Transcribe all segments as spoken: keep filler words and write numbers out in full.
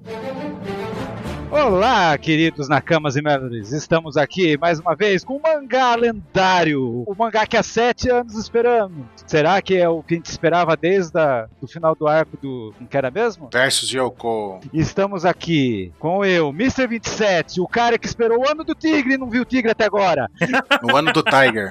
Olá, queridos Nakamas e Melodies, estamos aqui mais uma vez com um mangá lendário, o mangá que há sete anos esperamos. Será que é o que a gente esperava desde a, do final do arco do... não que era mesmo? Versus Yoko. Estamos aqui com eu, mister vinte e sete, o cara que esperou o ano do tigre e não viu o tigre até agora. O ano do Tiger.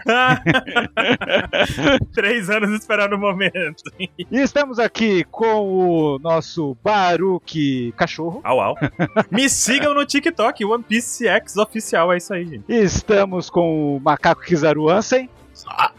Três anos esperando o momento. E estamos aqui com o nosso Baruque Cachorro. Au, au. Me sigam no TikTok, One Piece X oficial, é isso aí, gente. Estamos com o Macaco Kizaru Ansem. Ah.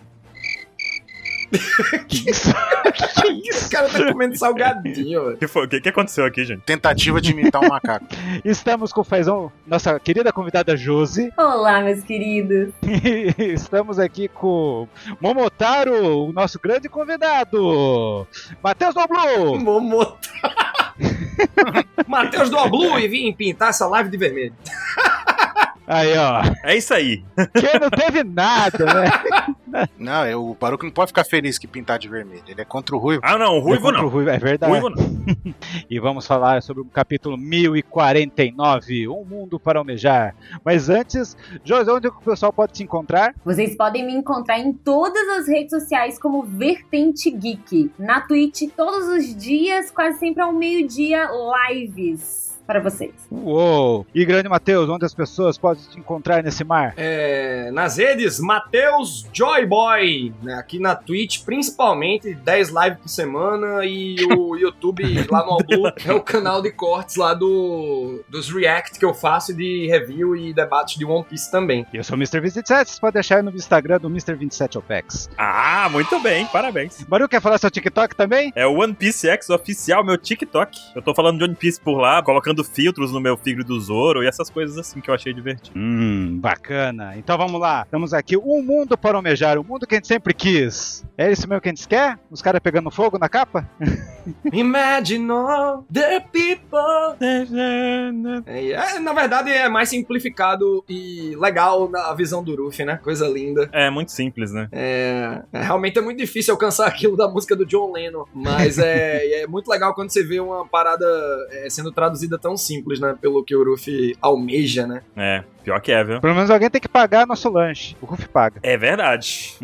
Que isso? Que isso? O cara tá comendo salgadinho, velho. O que, foi? que, que aconteceu aqui, gente? Tentativa de imitar um macaco. Estamos com o Fazão, nossa querida convidada Josi. Olá, meus queridos. E estamos aqui com Momotaro, o nosso grande convidado, Matheus Noblu. Momotaro. Matheus do Blue e vim pintar essa live de vermelho. Aí, ó. É isso aí. Que não teve nada, né? Não, é, o Baruque não pode ficar feliz que pintar de vermelho. Ele é contra o Ruivo. Ah, não, o Ruivo É não. o Ruivo, é verdade. Ruivo não. E vamos falar sobre o capítulo mil e quarenta e nove, Um Mundo para Almejar. Mas antes, Josi, onde o pessoal pode te encontrar? Vocês podem me encontrar em todas as redes sociais como Vertente Geek. Na Twitch, todos os dias, quase sempre ao meio-dia, lives para vocês. Uou! E grande Matheus, onde as pessoas podem te encontrar nesse mar? É, nas redes, Matheus Joyboy, né, aqui na Twitch, principalmente, dez lives por semana, e o YouTube lá no Albu é o canal de cortes lá do, dos react que eu faço de review e debates de One Piece também. Eu sou o mister vinte e sete, você pode deixar aí no Instagram do mister vinte e sete Opex. Ah, muito bem, parabéns. Baru, quer falar seu TikTok também? É o One Piece X oficial, meu TikTok. Eu tô falando de One Piece por lá, colocando filtros no meu figure do Zoro e essas coisas assim que eu achei divertido. Hum, bacana. Então vamos lá. Estamos aqui, um mundo para almejar, o mundo que a gente sempre quis. É isso mesmo que a gente quer? Os caras pegando fogo na capa? Imagine all the people. É, é, na verdade é mais simplificado e legal na visão do Ruffy, né? Coisa linda. É, muito simples, né? É, é, realmente é muito difícil alcançar aquilo da música do John Lennon, mas é, é muito legal quando você vê uma parada é, sendo traduzida tão simples, né? Pelo que o Ruffy almeja, né? É, pior que é, viu? Pelo menos alguém tem que pagar nosso lanche. O Ruffy paga. É verdade.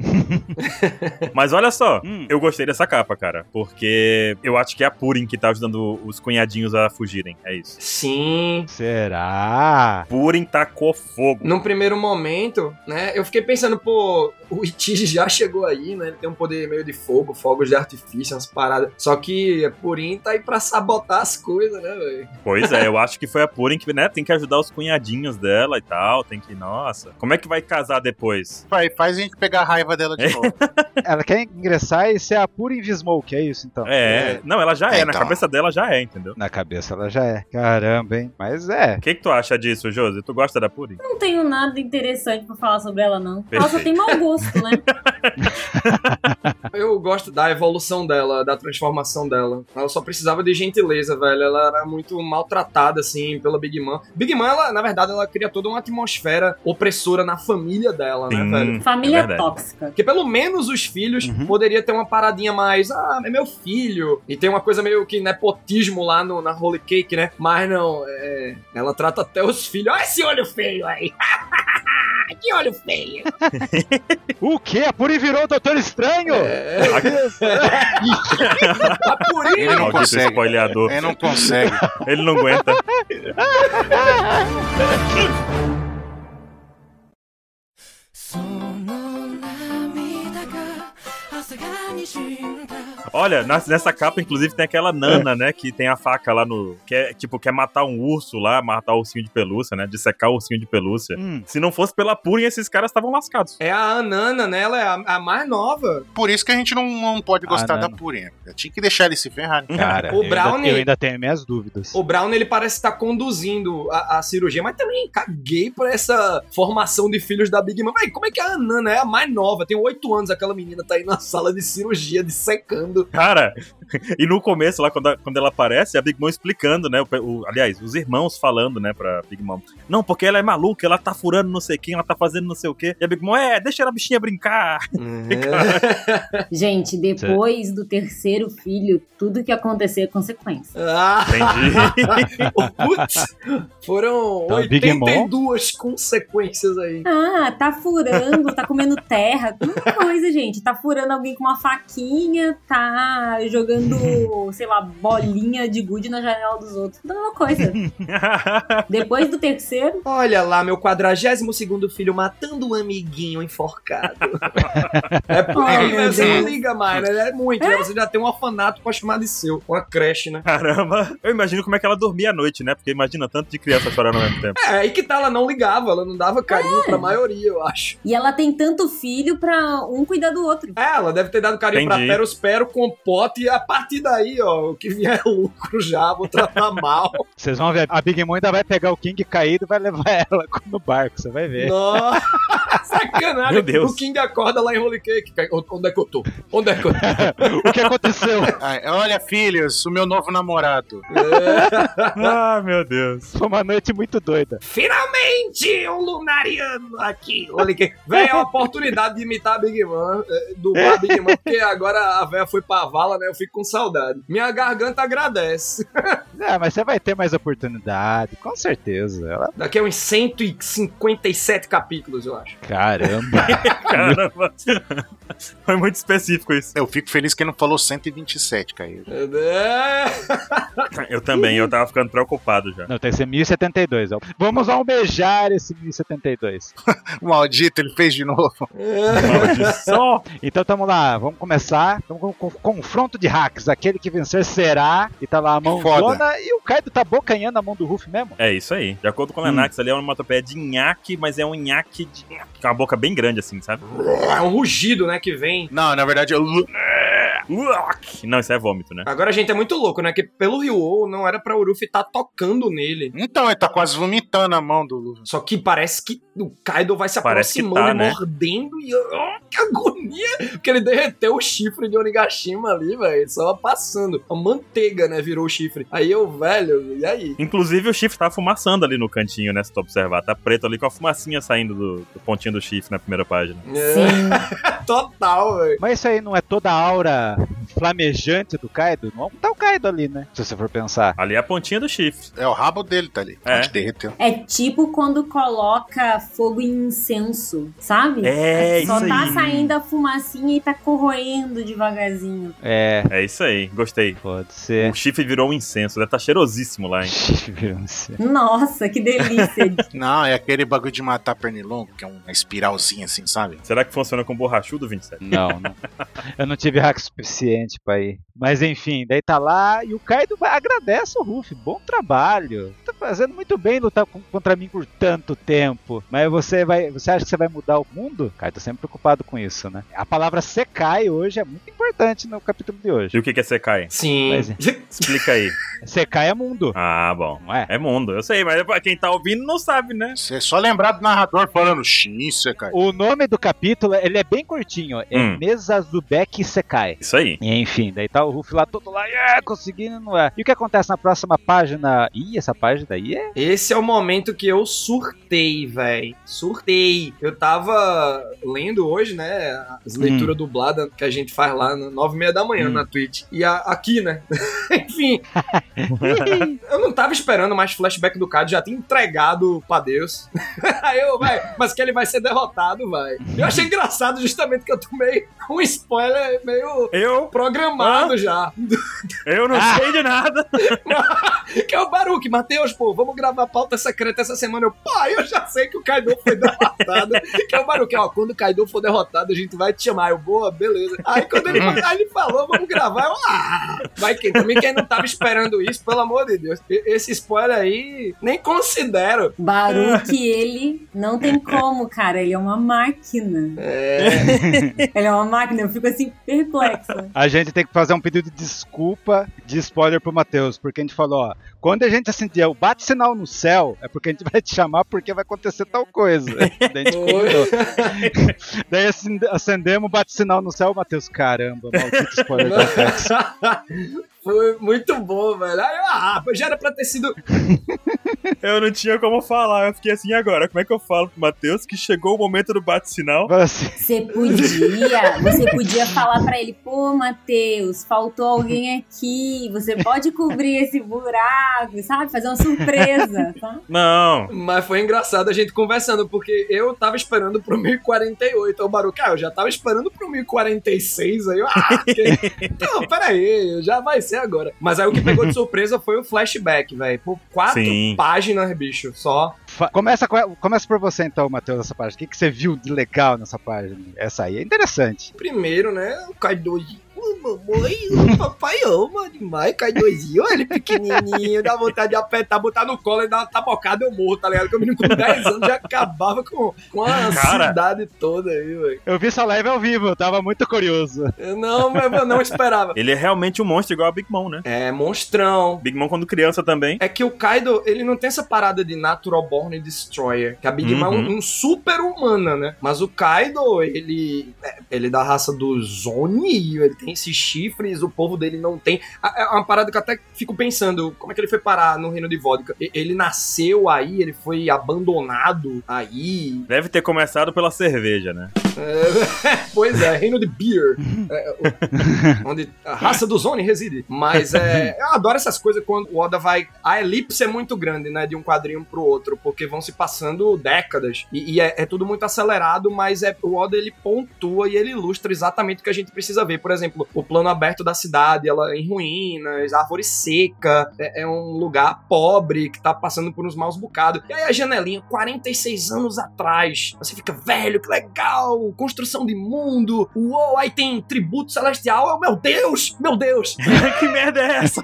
Mas olha só, hum. eu gostei dessa capa, cara, porque eu acho que é a Purin que tá ajudando os cunhadinhos a fugirem, é isso. Sim. Será? Purin tacou fogo. Num primeiro momento, né, eu fiquei pensando, pô, o Ichiji já chegou aí, né, ele tem um poder meio de fogo, fogos de artifício, umas paradas, só que a Purin tá aí pra sabotar as coisas, né, velho? Pois é, eu acho que foi a Purin que, né, tem que ajudar os cunhadinhos dela e tal, tem que, nossa, como é que vai casar depois? Vai, faz a gente pegar a raiva dela de novo. Ela quer ingressar e ser a Purin Vismoke, é isso então? É, é. Não, ela já é, é na então. cabeça dela já é, entendeu? Na cabeça ela já é. Caramba, hein? Mas é. O que que tu acha disso, Josi? Tu gosta da Purin? Não tenho nada interessante pra falar sobre ela, não. Perfeito. Ela só tem mau gosto, né? Eu gosto da evolução dela, da transformação dela. Ela só precisava de gentileza, velho. Ela era muito maltratada, assim, pela Big Mom. Big Mom, ela, na verdade, ela cria toda uma atmosfera opressora na família dela, Sim, né, velho? Família é tóxica. Porque pelo menos os filhos Uhum. poderia ter uma paradinha mais, ah, é meu filho. E tem uma coisa meio que nepotismo lá no, na Holy Cake, né? Mas não, é, ela trata até os filhos. Olha esse olho feio aí. Que olho feio. O quê? A Purin virou o Doutor Estranho? É. A Purin, Ele não Maldito consegue. spoileador. Ele não consegue. Ele não aguenta. Olha, nessa capa, inclusive, tem aquela Nana, né? Que tem a faca lá no... Quer, tipo, quer matar um urso lá, matar o ursinho de pelúcia, né? Dissecar o ursinho de pelúcia. Hum. Se não fosse pela Purin, esses caras estavam lascados. é a Anana, né? Ela é a, a mais nova. Por isso que a gente não, não pode gostar Ah, da não. Purin. Eu tinha que deixar ele se ferrar. Cara, O eu, Brownie- ainda, eu ainda tenho minhas dúvidas. O Brown, ele parece estar conduzindo a, a cirurgia, mas também caguei por essa formação de filhos da Big Mom. Véi, como é que a Anana é a mais nova? Tem oito anos, aquela menina tá aí na sala de cirurgia, dissecando fudido. Cara, e no começo, lá, quando, a, quando ela aparece, a Big Mom explicando, né? O, o, aliás, os irmãos falando, né, pra Big Mom. Não, porque ela é maluca, ela tá furando não sei quem, ela tá fazendo não sei o quê. E a Big Mom, é, deixa a bichinha brincar. É. Gente, depois do terceiro filho, tudo que acontecer é consequência. Ah. Entendi. Putz, foram Então, Big oitenta e duas consequências aí. Ah, tá furando, tá comendo terra, muita coisa, gente. Tá furando alguém com uma faquinha, tá jogando, sei lá, bolinha de gude na janela dos outros. Tudo a mesma coisa. Depois do terceiro... Olha lá, meu quadragésimo segundo filho matando um amiguinho enforcado. É por Ai, aí, meu né? Você não Deus. liga mais, né? É muito, né? Você já tem um orfanato pra chamar de seu. Uma creche, né? Caramba. Eu imagino como é que ela dormia à noite, né? Porque imagina tanto de criança chorando ao mesmo tempo. É, aí que tá, ela não ligava, ela não dava carinho É. pra maioria, eu acho. E ela tem tanto filho pra um cuidar do outro. É, ela deve ter dado carinho Entendi. pra Perospero, Compote, e a partir daí, ó, o que vier é lucro já, vou tratar mal. Vocês vão ver, a Big Mom ainda vai pegar o King caído e vai levar ela no barco, você vai ver. Nossa, sacanagem. Meu Deus. O King acorda lá em Holy Cake. Onde é que eu tô? Onde é que eu tô? O que aconteceu? Ai, olha, filhos, o meu novo namorado. Ah, meu Deus. Foi uma noite muito doida. Finalmente um lunariano aqui. Holy Cake. Véi, é uma oportunidade de imitar a Big Mom, eh, dublar a Big Mom, porque agora a véia foi pra vala, né? Eu fico com saudade. Minha garganta agradece. É, mas você vai ter mais oportunidade, com certeza. Ela... Daqui a uns cento e cinquenta e sete capítulos, eu acho. Caramba. Caramba. Foi muito específico isso. Eu fico feliz que ele não falou cento e vinte e sete, Caio. É. Eu também, eu tava ficando preocupado já. Não, tem que ser mil e setenta e dois. Vamos almejar esse mil e setenta e dois. Maldito, ele fez de novo. Maldição. Então tamo lá, vamos começar. Tamo com o confronto de hacks. Aquele que vencer será. E tá lá a mão Foda. zona. E o Kaido tá bocanhando a mão do Ruff mesmo. É isso aí. De acordo com o Lenax, ali é uma onomatopeia de nhaque, mas é um nhaque de... com a boca bem grande assim, sabe? É um rugido, né, que vem. Não, na verdade, eu... Uak! Não, isso é vômito, né? Agora a gente é muito louco, né? Que pelo Ryo não era pra o Ruffy estar tocando nele. Então, ele tá quase vomitando a mão do Luffy. Só que parece que o Kaido vai se Parece que aproximando tá, e né? mordendo e... Oh, que agonia! Porque ele derreteu o chifre de Onigashima ali, velho. Só passando. A manteiga, né? Virou o chifre. Aí eu, velho, e aí? Inclusive o chifre tá fumaçando ali no cantinho, né? Se tu observar. Tá preto ali com a fumacinha saindo do, do pontinho do chifre na primeira página. É, total, velho. Mas isso aí não é toda a aura flamejante do Kaido? Não tá o Kaido ali, né? Se você for pensar. Ali é a pontinha do chifre. É o rabo dele, tá ali. É. Onde derreteu. É tipo quando coloca fogo em incenso, sabe? É, Só isso tá aí. saindo a fumacinha e tá corroendo devagarzinho. É, É isso aí, gostei. pode ser. O chifre virou um incenso, deve tá cheirosíssimo lá, hein? Nossa, que delícia. Não, é aquele bagulho de matar pernilongo, que é uma espiralzinha assim, sabe? Será que funciona com borrachudo, vinte e sete? Não, não. Eu não tive hack suficiente pra ir. Mas enfim, daí tá lá e o Kaido vai- agradece o Ruffy. Bom trabalho. Tá fazendo muito bem lutar com- contra mim por tanto tempo. Mas você vai, você acha que você vai mudar o mundo? O Kaido tá sempre preocupado com isso, né? A palavra Sekai hoje é muito importante no capítulo de hoje. E o que que é Sekai? Sim. Mas- Explica aí. Sekai é mundo, Ah, bom. não é? É mundo, eu sei, mas pra quem tá ouvindo não sabe, né? Você é só lembrar do narrador falando X, cara. O nome do capítulo, ele é bem curtinho. É Hum. Mezazubeki Sekai. Isso aí. E, enfim, daí tá o Ruffy lá todo lá, é, conseguindo, não é? E o que acontece na próxima página? Ih, essa página daí é... Esse é o momento que eu surtei, velho. Surtei. Eu tava lendo hoje, né, as leituras dubladas que a gente faz lá no nove e meia da manhã Hum. na Twitch. E a- aqui, né? Enfim. Eu não tava esperando mais flashback do Kaido, já tinha entregado pra Deus. Aí eu, vai, mas que ele vai ser derrotado, vai. Eu achei engraçado justamente que eu tomei um spoiler meio Eu? programado já. Eu não sei de nada. Que é o Baruque, Matheus, pô, vamos gravar pauta secreta essa semana. Eu, pô, eu já sei que o Kaido foi derrotado. Que é o Baruque, ó, quando o Kaido for derrotado, a gente vai te chamar. Eu, boa, beleza. Aí quando ele, aí ele falou, vamos gravar, eu, ah, vai quem? Também quem não tava esperando isso, pelo amor de Deus. E- Esse spoiler aí, nem considero. Baruque, ele não tem como, cara. Ele é uma máquina. É, Ele é uma máquina, eu fico assim, perplexa. A gente tem que fazer um pedido de desculpa de spoiler pro Matheus, porque a gente falou, ó, quando a gente acendia o bate-sinal no céu, é porque a gente vai te chamar porque vai acontecer tal coisa. Daí a gente combinou. Daí acendemos o bate-sinal no céu, Matheus, caramba, maldito spoiler da Apex. Foi muito bom, velho. Aí, ah, já era pra ter sido... Eu não tinha como falar, eu fiquei assim, agora, como é que eu falo pro Matheus que chegou o momento do bate-sinal? Assim. Você podia, você podia falar pra ele, pô, Matheus, faltou alguém aqui, você pode cobrir esse buraco, sabe? Fazer uma surpresa, tá? Não. Mas foi engraçado a gente conversando, porque eu tava esperando pro mil e quarenta e oito, o Baruch, ah, eu já tava esperando pro mil e quarenta e seis, aí eu, ah, que... não, peraí, já vai ser agora. Mas aí o que pegou de surpresa foi o flashback, velho, por quatro Sim. páginas, bicho, só. Começa, começa por você então, Matheus, essa página. O que, que você viu de legal nessa página? Essa aí é interessante. Primeiro, né, o Kaidozinho. Mamãe, o papai ama demais, Kaidozinho, ele pequenininho, dá vontade de apertar, botar no colo e dar uma tabocada, eu morro, tá ligado? Porque o menino com dez anos já acabava com, com a Cara, cidade toda aí, velho. Eu vi essa live ao vivo, eu tava muito curioso. Eu não, eu não esperava. Ele é realmente um monstro igual a Big Mom, né? É, monstrão. Big Mom quando criança também. É que o Kaido, ele não tem essa parada de Natural Born Destroyer, que a Big Mom Uhum. é um, um super humana, né? Mas o Kaido, ele ele é da raça do Zoni, ele tem esses chifres, o povo dele não tem. É uma parada que eu até fico pensando, como é que ele foi parar no Reino de Vodka? Ele nasceu aí, ele foi abandonado aí. Deve ter começado pela cerveja, né? É, pois é, Reino de Beer, é, onde a raça do Zoni reside. Mas é, eu adoro essas coisas quando o Oda vai... A elipse é muito grande, né, de um quadrinho pro outro, porque vão se passando décadas. E, e é, é tudo muito acelerado, mas é, o Oda, ele pontua e ele ilustra exatamente o que a gente precisa ver. Por exemplo, o plano aberto da cidade, ela em ruínas, árvore seca, é, é um lugar pobre que tá passando por uns maus bocados. E aí a janelinha, quarenta e seis anos atrás, você fica, velho, que legal, construção de mundo, uou, aí tem tributo celestial, oh, meu Deus, meu Deus. Que merda é essa?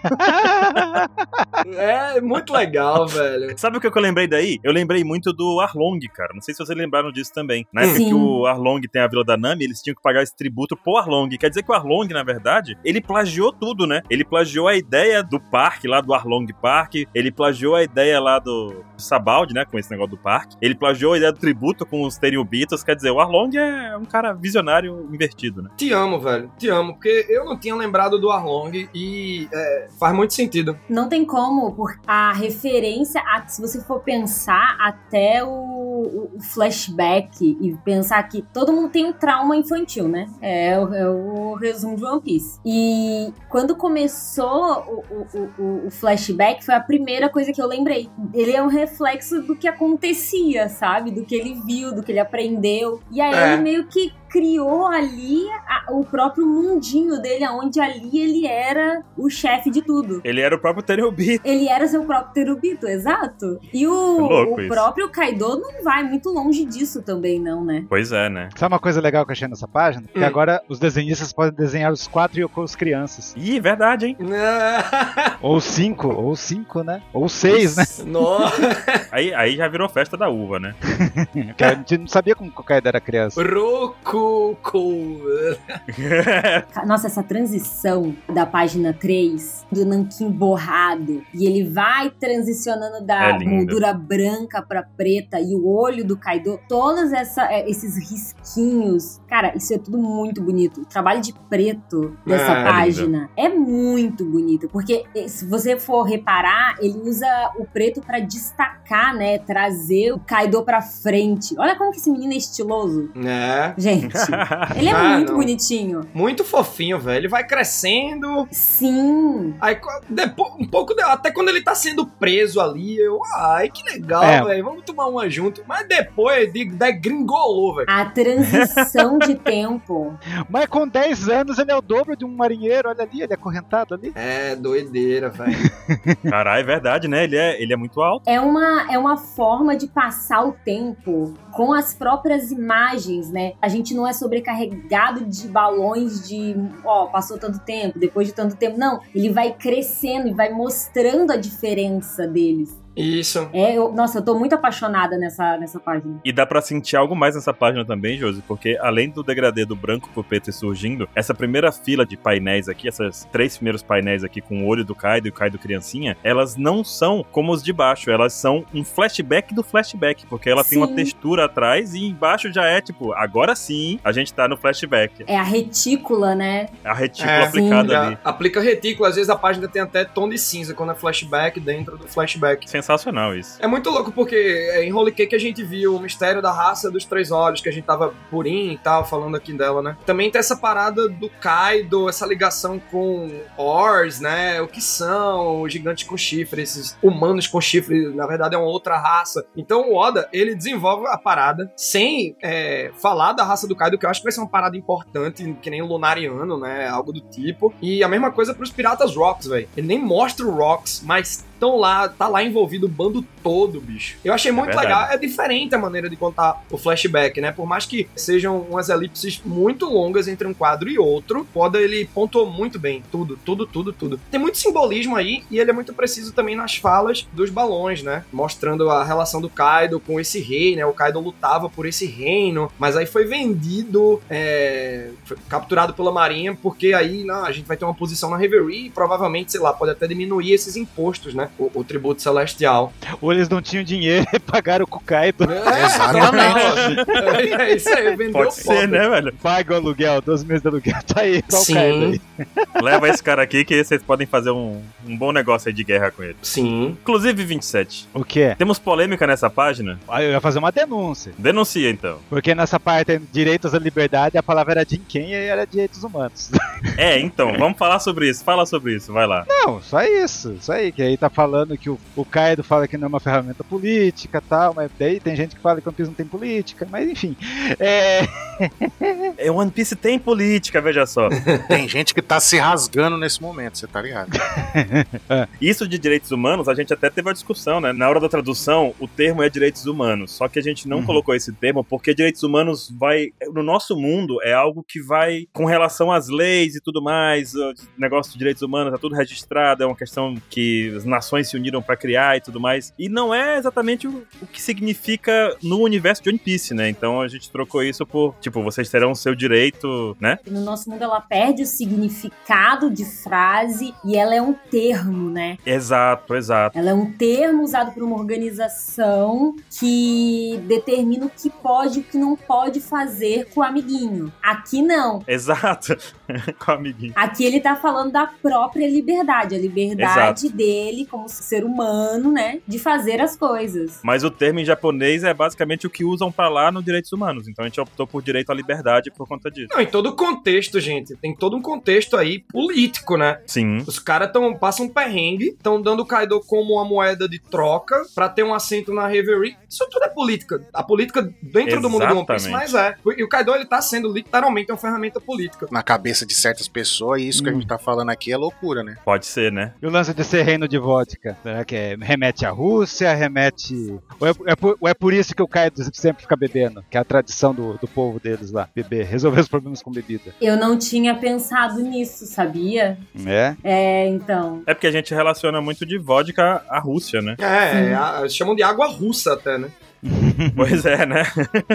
É muito legal, velho. Sabe o que eu lembrei daí? Eu lembrei muito do Arlong, cara. Não sei se vocês lembraram disso também. Na época Sim. que o Arlong tem a Vila da Nami, eles tinham que pagar esse tributo pro Arlong. Quer dizer que o Arlong, na verdade, ele plagiou tudo, né? Ele plagiou a ideia do parque lá, do Arlong Park. Ele plagiou a ideia lá do Sabaldi, né? Com esse negócio do parque. Ele plagiou a ideia do tributo com os Tenryubitos. Quer dizer, o Arlong é um cara visionário invertido, né? Te amo, velho, te amo, porque eu não tinha lembrado do Arlong e é, faz muito sentido. Não tem como, porque a referência, a, se você for pensar até o, o, o flashback e pensar que todo mundo tem um trauma infantil, né? É, o- é o resumo de One Piece. E quando começou o, o, o, o flashback, foi a primeira coisa que eu lembrei. Ele é um reflexo do que acontecia, sabe? Do que ele viu, do que ele aprendeu. E aí É. ele meio que criou ali a- o próprio mundinho dele, onde ali ele era o chefe de tudo. Ele era o próprio Tenryubito. Ele era seu próprio Terubito, exato. E o, louco o isso. próprio Kaido não vai muito longe disso também, não, né? Pois é, né? Sabe uma coisa legal que eu achei nessa página? Que Hum. agora os desenhistas podem desenhar os quatro Yokos crianças. Ih, verdade, hein? Ou cinco, ou cinco, né? Ou seis, né? Nossa, Aí, aí já virou festa da uva, né? Porque a gente não sabia como que o Kaido era criança. Rokuko. Nossa, essa transição da página três, do nanquim borrado, e ele vai transicionando da É lindo. moldura branca pra preta, e o olho do Kaido, todos essa, é, esses risquinhos. Cara, isso é tudo muito bonito. O trabalho de preto dessa É, página é muito bonito, porque eh, se você for reparar, ele usa o preto pra destacar, né, trazer o Kaido pra frente. Olha como que esse menino é estiloso. É. Gente, ele é Ah, muito não. bonitinho. Muito fofinho, velho. Ele vai crescendo. Sim. Aí, co- depois, um pouco, de- até quando ele tá sendo preso ali, eu, ai, que legal, É. velho. Vamos tomar uma junto. Mas depois, de, de gringolou, velho. A transição de tempo. Mas com dez anos ele é o dobro de um marinheiro, olha ali, ele é acorrentado ali. É, doideira, velho. Caralho, é verdade, né? Ele é, ele é muito alto. É uma, é uma forma de passar o tempo com as próprias imagens, né? A gente não é sobrecarregado de balões de, ó, passou tanto tempo, depois de tanto tempo. Não, ele vai crescendo e vai mostrando a diferença deles. Isso. É, eu, nossa, eu tô muito apaixonada nessa, nessa página. E dá pra sentir algo mais nessa página também, Josi, porque além do degradê do branco pro preto surgindo, essa primeira fila de painéis aqui, essas três primeiros painéis aqui com o olho do Kaido e o Kaido criancinha, elas não são como os de baixo, elas são um flashback do flashback, porque ela Sim. tem uma textura atrás e embaixo já é tipo, agora sim, a gente tá no flashback. É a retícula, né? A retícula É, aplicada Já ali. aplica retícula, às vezes a página tem até tom de cinza quando é flashback dentro do flashback. Sensacional isso. É muito louco porque em Holy Cake a gente viu o mistério da raça dos três olhos, que a gente tava purinho e tal, falando aqui dela, né? Também tem essa parada do Kaido, essa ligação com Ors, né? O que são os gigantes com chifre, esses humanos com chifre, na verdade é uma outra raça. Então o Oda, ele desenvolve a parada sem é, falar da raça do Kaido, que eu acho que vai ser uma parada importante, que nem o Lunariano, né? Algo do tipo. E a mesma coisa pros Piratas Rocks, velho. Ele nem mostra o Rocks, mas estão lá, tá lá envolvido o bando todo, bicho. Eu achei muito É legal, é diferente a maneira de contar o flashback, né? Por mais que sejam umas elipses muito longas entre um quadro e outro, o Oda, ele pontuou muito bem tudo, tudo, tudo, tudo. Tem muito simbolismo aí e ele é muito preciso também nas falas dos balões, né? Mostrando a relação do Kaido com esse rei, né? O Kaido lutava por esse reino, mas aí foi vendido, é... foi capturado pela marinha, porque aí não, a gente vai ter uma posição na Reverie e provavelmente, sei lá, pode até diminuir esses impostos, né? O, o tributo celestial. Ou eles não tinham dinheiro e pagaram com o Kaido. É, Exatamente. É, é isso aí, vendeu Pode ser, né, velho? Paga o aluguel, doze meses de aluguel. Tá aí, só o Kaido aí. Leva esse cara aqui que vocês podem fazer um, um bom negócio aí de guerra com ele. Sim. Inclusive, vinte e sete. O quê? Temos polêmica nessa página? Ah, eu ia fazer uma denúncia. Denuncia, então. Porque nessa parte, direitos à liberdade, a palavra era Jinken e era direitos humanos. É, então, vamos falar sobre isso. Fala sobre isso, vai lá. Não, só isso. Isso aí, que aí tá falando que o, o Kaido fala que não é uma ferramenta política e tal, mas daí tem gente que fala que o One Piece não tem política, mas enfim. É... É, One Piece tem política, veja só. Tem gente que tá se rasgando nesse momento, você tá ligado? Isso de direitos humanos, a gente até teve uma discussão, né? Na hora da tradução, o termo é direitos humanos, só que a gente não Uhum. colocou esse termo porque direitos humanos vai... No nosso mundo, é algo que vai com relação às leis e tudo mais, o negócio de direitos humanos, tá tudo registrado, é uma questão que as nações se uniram pra criar e tudo mais, e não é exatamente o, o que significa no universo de One Piece, né? Então a gente trocou isso por, tipo, vocês terão o seu direito, né? No nosso mundo ela perde o significado de frase e ela é um termo, né? Exato, exato. Ela é um termo usado por uma organização que determina o que pode e o que não pode fazer com o amiguinho. Aqui não. Exato. Com o amiguinho. Aqui ele tá falando da própria liberdade, a liberdade Exato. dele como ser humano, né, de fazer as coisas. Mas o termo em japonês é basicamente o que usam pra lá no direitos humanos. Então a gente optou por direito à liberdade por conta disso. Não, em todo o contexto, gente. Tem todo um contexto aí político, né? Sim. Os caras tão, passam um perrengue, estão dando o Kaido como uma moeda de troca pra ter um assento na Reverie. Isso tudo é política. A política dentro do mundo do One Piece, Exatamente. mas é. E o Kaido, ele tá sendo literalmente uma ferramenta política. Na cabeça de certas pessoas, e isso que a gente tá falando aqui é loucura, né? Pode ser, né? E o lance de ser reino de vodka? Será que é, remete à Rússia, remete... Ou é, é por, ou é por isso que o Kaido sempre fica bebendo? Que é a tradição do, do povo deles lá, beber, resolver os problemas com bebida. Eu não tinha pensado nisso, sabia? É? É, então... É porque a gente relaciona muito de vodka à Rússia, né? É, é a- chamam de água russa até, né? Pois é, né?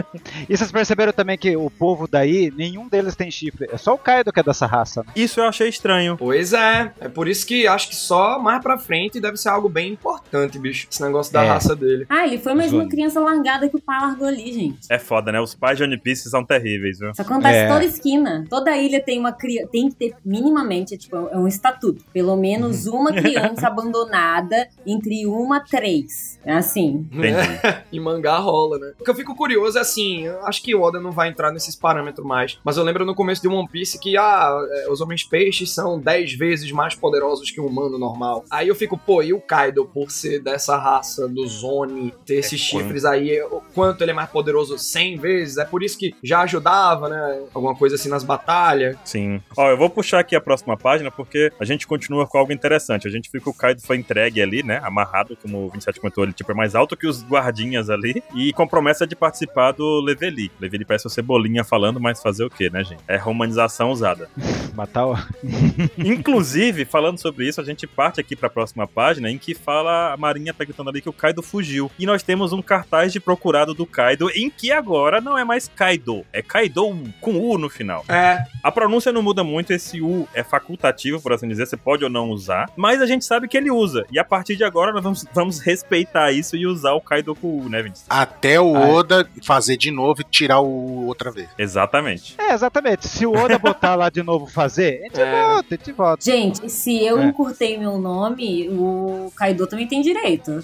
E vocês perceberam também que o povo daí, nenhum deles tem chifre. É só o Kaido que é dessa raça, né? Isso eu achei estranho. Pois é. É por isso que acho que só mais pra frente deve ser algo bem importante, bicho. Esse negócio da É. raça dele. Ah, ele foi mais uma Johnny. criança largada que o pai largou ali, gente. É foda, né? Os pais de One Piece são terríveis, viu? Isso acontece É. em toda esquina. Toda ilha tem uma criança. Tem que ter minimamente, tipo, é um estatuto. Pelo menos uma criança abandonada entre uma a três. É assim. Entendi. Em mangá rola, né? O que eu fico curioso é assim, eu acho que o Oda não vai entrar nesses parâmetros mais, mas eu lembro no começo de One Piece que, ah, é, os homens peixes são dez vezes mais poderosos que um humano normal. Aí eu fico, pô, e o Kaido, por ser dessa raça do Zone, ter esses quanto? chifres aí, o, quanto ele é mais poderoso cem vezes, é por isso que já ajudava, né? Alguma coisa assim nas batalhas. Sim. Ó, eu vou puxar aqui a próxima página, porque a gente continua com algo interessante. A gente viu que o Kaido foi entregue ali, né? Amarrado, como o vinte e sete comentou, ele tipo, é mais alto que os guardinhas ali. E com promessa de participar do Leveli. Leveli parece o Cebolinha falando, mas fazer o quê, né, gente? É romanização usada. Matar o... Inclusive, falando sobre isso, a gente parte aqui pra próxima página, em que fala a Marinha tá gritando ali que o Kaido fugiu. E nós temos um cartaz de procurado do Kaido, em que agora não é mais Kaido, é Kaido com U no final. É. A pronúncia não muda muito, esse U é facultativo, por assim dizer, você pode ou não usar, mas a gente sabe que ele usa. E a partir de agora nós vamos, vamos respeitar isso e usar o Kaido com U, né, Vinícius? Até o Oda fazer de novo e tirar o U outra vez. Exatamente. É, exatamente. Se o Oda botar lá de novo fazer, a gente É. volta, a gente volta. Gente, se eu É. encurtei meu nome, o Kaido também tem direito.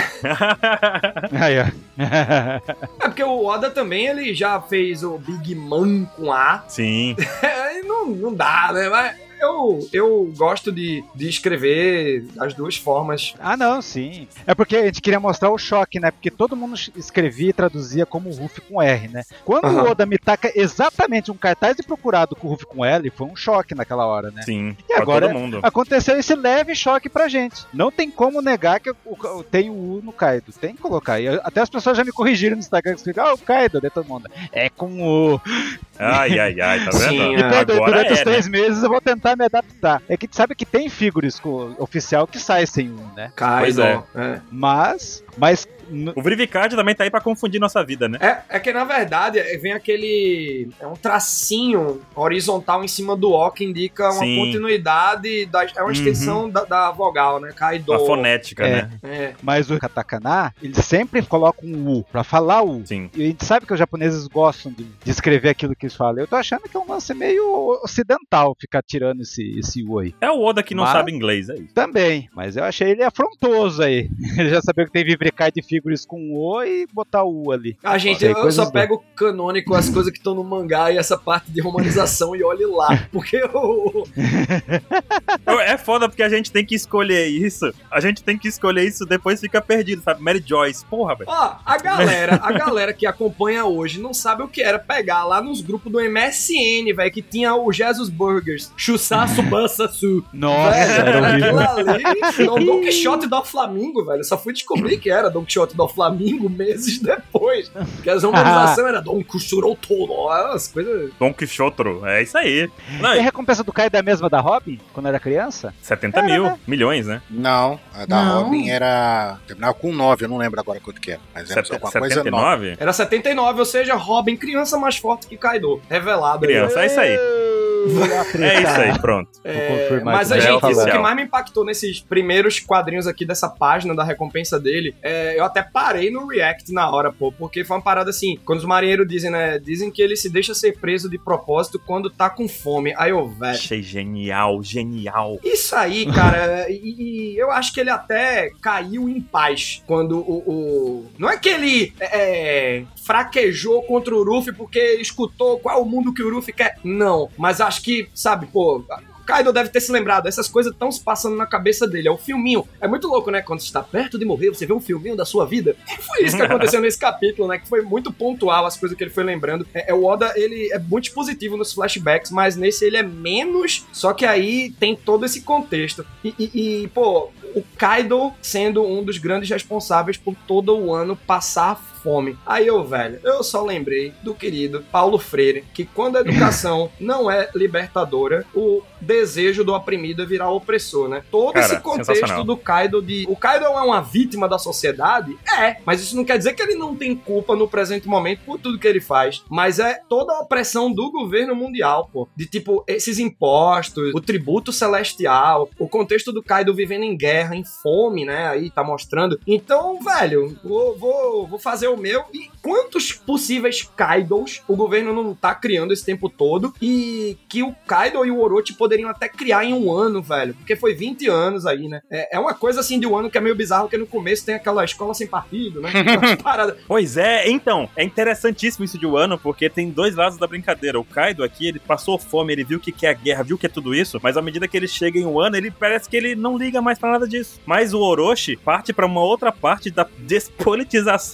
É. Aí, ó. É porque o Oda também, ele já fez o Big Man com A. Sim. É, não, não dá, né? Mas eu, eu gosto de, de escrever as duas formas. Ah, não, sim. É porque a gente queria mostrar o choque, né? Porque todo mundo escrevia e traduzia como Ruff com R, né? Quando Aham. o Oda me taca exatamente um cartaz de procurado com Ruff com L, foi um choque naquela hora, né? Sim. E Pra agora todo mundo. aconteceu esse leve choque pra gente. Não tem como negar que eu, eu tenho o U no Kaido. Tem que colocar. E eu- até as pessoas já me corrigiram no Instagram, que explicam, ah, o Kaido, de todo mundo. É com o... Ai, ai, ai, tá vendo? Sim, E é. perdoe, Agora durante é, os né? três meses eu vou tentar me adaptar. É que tu sabe que tem figures com- oficial que sai sem um, né? Pois Kaido. é. É. Mas... Mas... n- O Vrivicard também tá aí pra confundir nossa vida, né? É, é que na verdade é, vem aquele. É um tracinho horizontal em cima do O que indica uma Sim. continuidade. Da, é uma extensão da, da vogal, né? Kaido. A fonética, É. né? É. Mas o katakana, eles sempre colocam um U pra falar U. Sim. E a gente sabe que os japoneses gostam de, de escrever aquilo que eles falam. Eu tô achando que é um lance meio ocidental ficar tirando esse, esse U aí. É o Oda que não Mas- sabe inglês, é isso. Também, mas eu achei ele afrontoso aí. Ele já sabia que tem Vivrecai de figures com O e botar o U ali. A gente, Sei, eu, coisas só do- pego canônico, as coisas que estão no mangá e essa parte de romanização e olhe lá. Porque eu. É foda porque a gente tem que escolher isso. A gente tem que escolher isso, depois fica perdido, sabe? Mary Joyce, porra, velho. Ó, a galera, a galera que acompanha hoje não sabe o que era pegar lá nos grupos do M S N, velho, que tinha o Jesus Burgers, Chusaço Bansasu. Nossa, Velho, era horrível. aquilo ali, não, Don Quixote do Flamengo, velho. Eu só fui descobrir que era Don Quixote do Flamengo meses depois. Que as romanizações era Don Quixote, as coisas. Don Quixotro, é isso aí. Não, E a recompensa do Kaido é a mesma da Robin, quando era criança? setenta Era, mil, né? milhões, né? Não, a da Não. Robin era. Terminava com nove, eu não lembro agora quanto que era. Mas era Sete- alguma coisa setenta e nova. nove? Era setenta e nove, ou seja, Robin, criança mais forte que Kaido. Revelado aí. Criança, é isso aí. É isso aí, pronto. É, confirmar mas que a é gente, oficial. o que mais me impactou nesses primeiros quadrinhos aqui dessa página da recompensa dele, é, eu até parei no react na hora, pô, porque foi uma parada assim, quando os marinheiros dizem, né, dizem que ele se deixa ser preso de propósito quando tá com fome. Aí eu, velho, Achei genial, genial. isso aí, cara, e, e eu acho que ele até caiu em paz quando o... o- não é que ele é, fraquejou contra o Ruffy porque escutou qual é o mundo que o Ruffy quer, não, mas acho que, sabe, pô... o Kaido deve ter se lembrado, essas coisas estão se passando na cabeça dele, é o filminho. É muito louco, né? Quando você está perto de morrer, você vê um filminho da sua vida. E foi isso que aconteceu nesse capítulo, né? Que foi muito pontual as coisas que ele foi lembrando. É, é, o Oda, ele é muito positivo nos flashbacks, mas nesse ele é menos, só que aí tem todo esse contexto. E, e, e, pô, o Kaido sendo um dos grandes responsáveis por todo o ano passar fome. Aí eu, velho, eu só lembrei do querido Paulo Freire, que quando a educação não é libertadora, o desejo do oprimido é virar opressor, né? Todo Cara, esse contexto sensacional. do Kaido de... O Kaido é uma vítima da sociedade? É, mas isso não quer dizer que ele não tem culpa no presente momento por tudo que ele faz, mas é toda a opressão do governo mundial, pô. De tipo, esses impostos, o tributo celestial, o contexto do Kaido vivendo em guerra, em fome, né? Aí tá mostrando. Então, velho, vou, vou, vou fazer o meu. E quantos possíveis Kaidos o governo não tá criando esse tempo todo e que o Kaido e o Orochi poderiam até criar em um ano, velho. Porque foi vinte anos aí, né? É, é uma coisa assim de um ano que é meio bizarro, porque no começo tem aquela escola sem partido, né? Aquelas paradas. Pois é, então, é interessantíssimo isso de Wano, porque tem dois lados da brincadeira. O Kaido aqui, ele passou fome, ele viu o que que é a guerra, viu o que é tudo isso, mas à medida que ele chega em Wano, ele parece que ele não liga mais pra nada disso. Mas o Orochi parte pra uma outra parte da despolitização de Wano.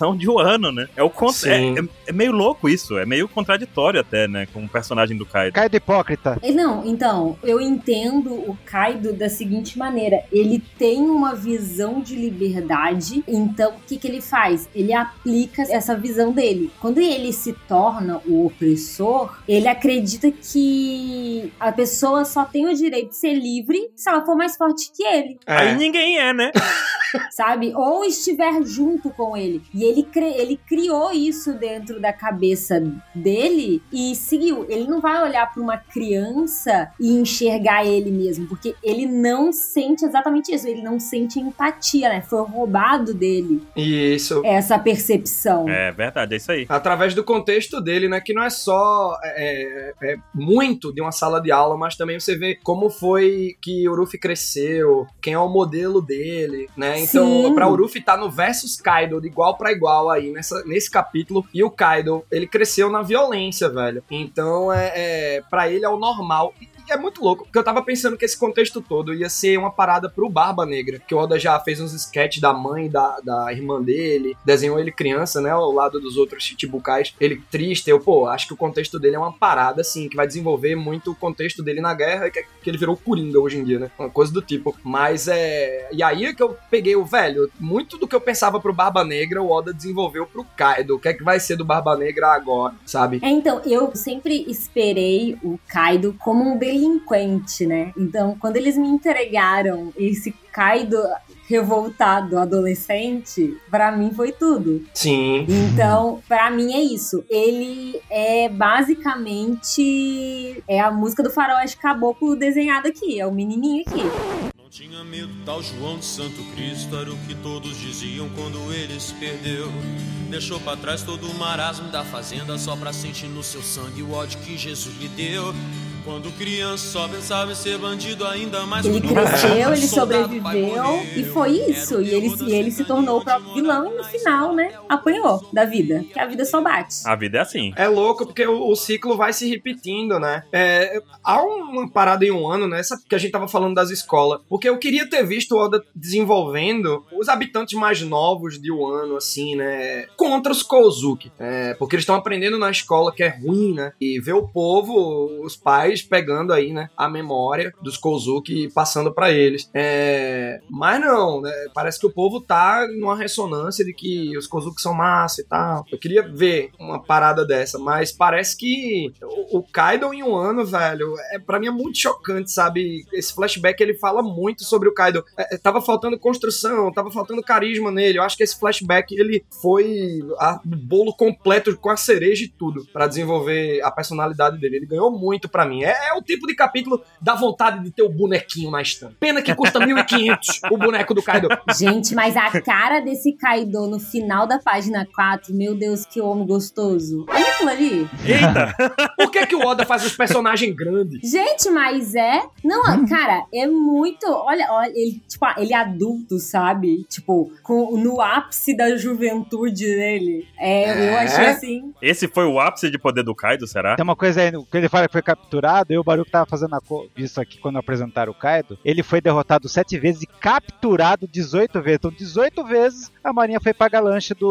Wano, né? É, o cont... é, é, é meio louco isso, é meio contraditório até, né, com o personagem do Kaido. Kaido hipócrita. Não, então, eu entendo o Kaido da seguinte maneira, ele tem uma visão de liberdade, então o que que ele faz? Ele aplica essa visão dele. Quando ele se torna o opressor, ele acredita que a pessoa só tem o direito de ser livre se ela for mais forte que ele. É. Aí ninguém é, né? Sabe? Ou estiver junto com ele. E ele, cri- ele criou isso dentro da cabeça dele e seguiu. Ele não vai olhar para uma criança e enxergar ele mesmo, porque ele não sente exatamente isso. Ele não sente empatia, né? Foi roubado dele. Isso. Essa percepção. É verdade, é isso aí. Através do contexto dele, né? Que não é só é, é, muito de uma sala de aula, mas também você vê como foi que o Ruffy cresceu, quem é o modelo dele, né? Então, Sim. pra o Ruffy tá no versus Kaido, de igual pra igual aí, nessa, nesse capítulo. E o Kaido, ele cresceu na violência, velho. Então, é, é, pra ele é o normal. É muito louco, porque eu tava pensando que esse contexto todo ia ser uma parada pro Barba Negra, que o Oda já fez uns sketches da mãe, da, da irmã dele, desenhou ele criança, né, ao lado dos outros Chichibukais, ele triste, eu, pô, acho que o contexto dele é uma parada, assim, que vai desenvolver muito o contexto dele na guerra, que, que ele virou Coringa hoje em dia, né, uma coisa do tipo, mas é... E aí é que eu peguei o velho, muito do que eu pensava pro Barba Negra, o Oda desenvolveu pro Kaido, o que é que vai ser do Barba Negra agora, sabe? É, então, eu sempre esperei o Kaido como um delinquente, né? Então, quando eles me entregaram esse Kaido revoltado, adolescente, pra mim foi tudo. Sim. Então, pra mim é isso. Ele é basicamente é a música do Faroeste Caboclo desenhada aqui, é o menininho aqui. Não tinha medo, tal João de Santo Cristo, era o que todos diziam quando ele se perdeu. Deixou pra trás todo o marasmo da fazenda só pra sentir no seu sangue o ódio que Jesus lhe deu. Quando criança só pensava em ser bandido ainda mais. Ele cresceu, ele sobreviveu e foi isso. E ele, e ele se tornou o próprio vilão e no final, né, apanhou da vida. Que a vida só bate. A vida é assim. É louco porque o, o ciclo vai se repetindo, né? É, há uma parada em um ano, né? Essa que a gente tava falando das escolas. Porque eu queria ter visto o Oda desenvolvendo os habitantes mais novos de Wano, assim, né? Contra os Kozuki. É, porque eles estão aprendendo na escola que é ruim, né? E ver o povo, os pais pegando aí, né? A memória dos Kozuki e passando pra eles. É, mas não, né? Parece que o povo tá numa ressonância de que os Kozuki são massa e tal. Eu queria ver uma parada dessa, mas parece que o, o Kaido em um ano, velho, é, pra mim é muito chocante, sabe? Esse flashback, ele fala muito sobre o Kaido. É, tava faltando construção, tava faltando carisma nele. Eu acho que esse flashback, ele foi a, o bolo completo com a cereja e tudo pra desenvolver a personalidade dele. Ele ganhou muito pra mim. É, é o tipo de capítulo da vontade de ter o bonequinho na estante. Pena que custa mil e quinhentos o boneco do Kaido. Gente, mas a cara desse Kaido no final da página quatro, meu Deus, que homem gostoso. Olha aquilo ali. Eita! Por que que o Oda faz os personagens grandes? Gente, mas é... Não, cara, é muito... Olha, olha ele, tipo, ele é adulto, sabe? Tipo, com, no ápice da juventude dele. É, É? eu achei assim... Esse foi o ápice de poder do Kaido, será? Tem uma coisa aí, que ele fala que foi capturado, eu, o Baruch tava fazendo a co- isso aqui quando apresentaram o Kaido, ele foi derrotado sete vezes e capturado dezoito vezes. Então, dezoito vezes a marinha foi pagar lanche do,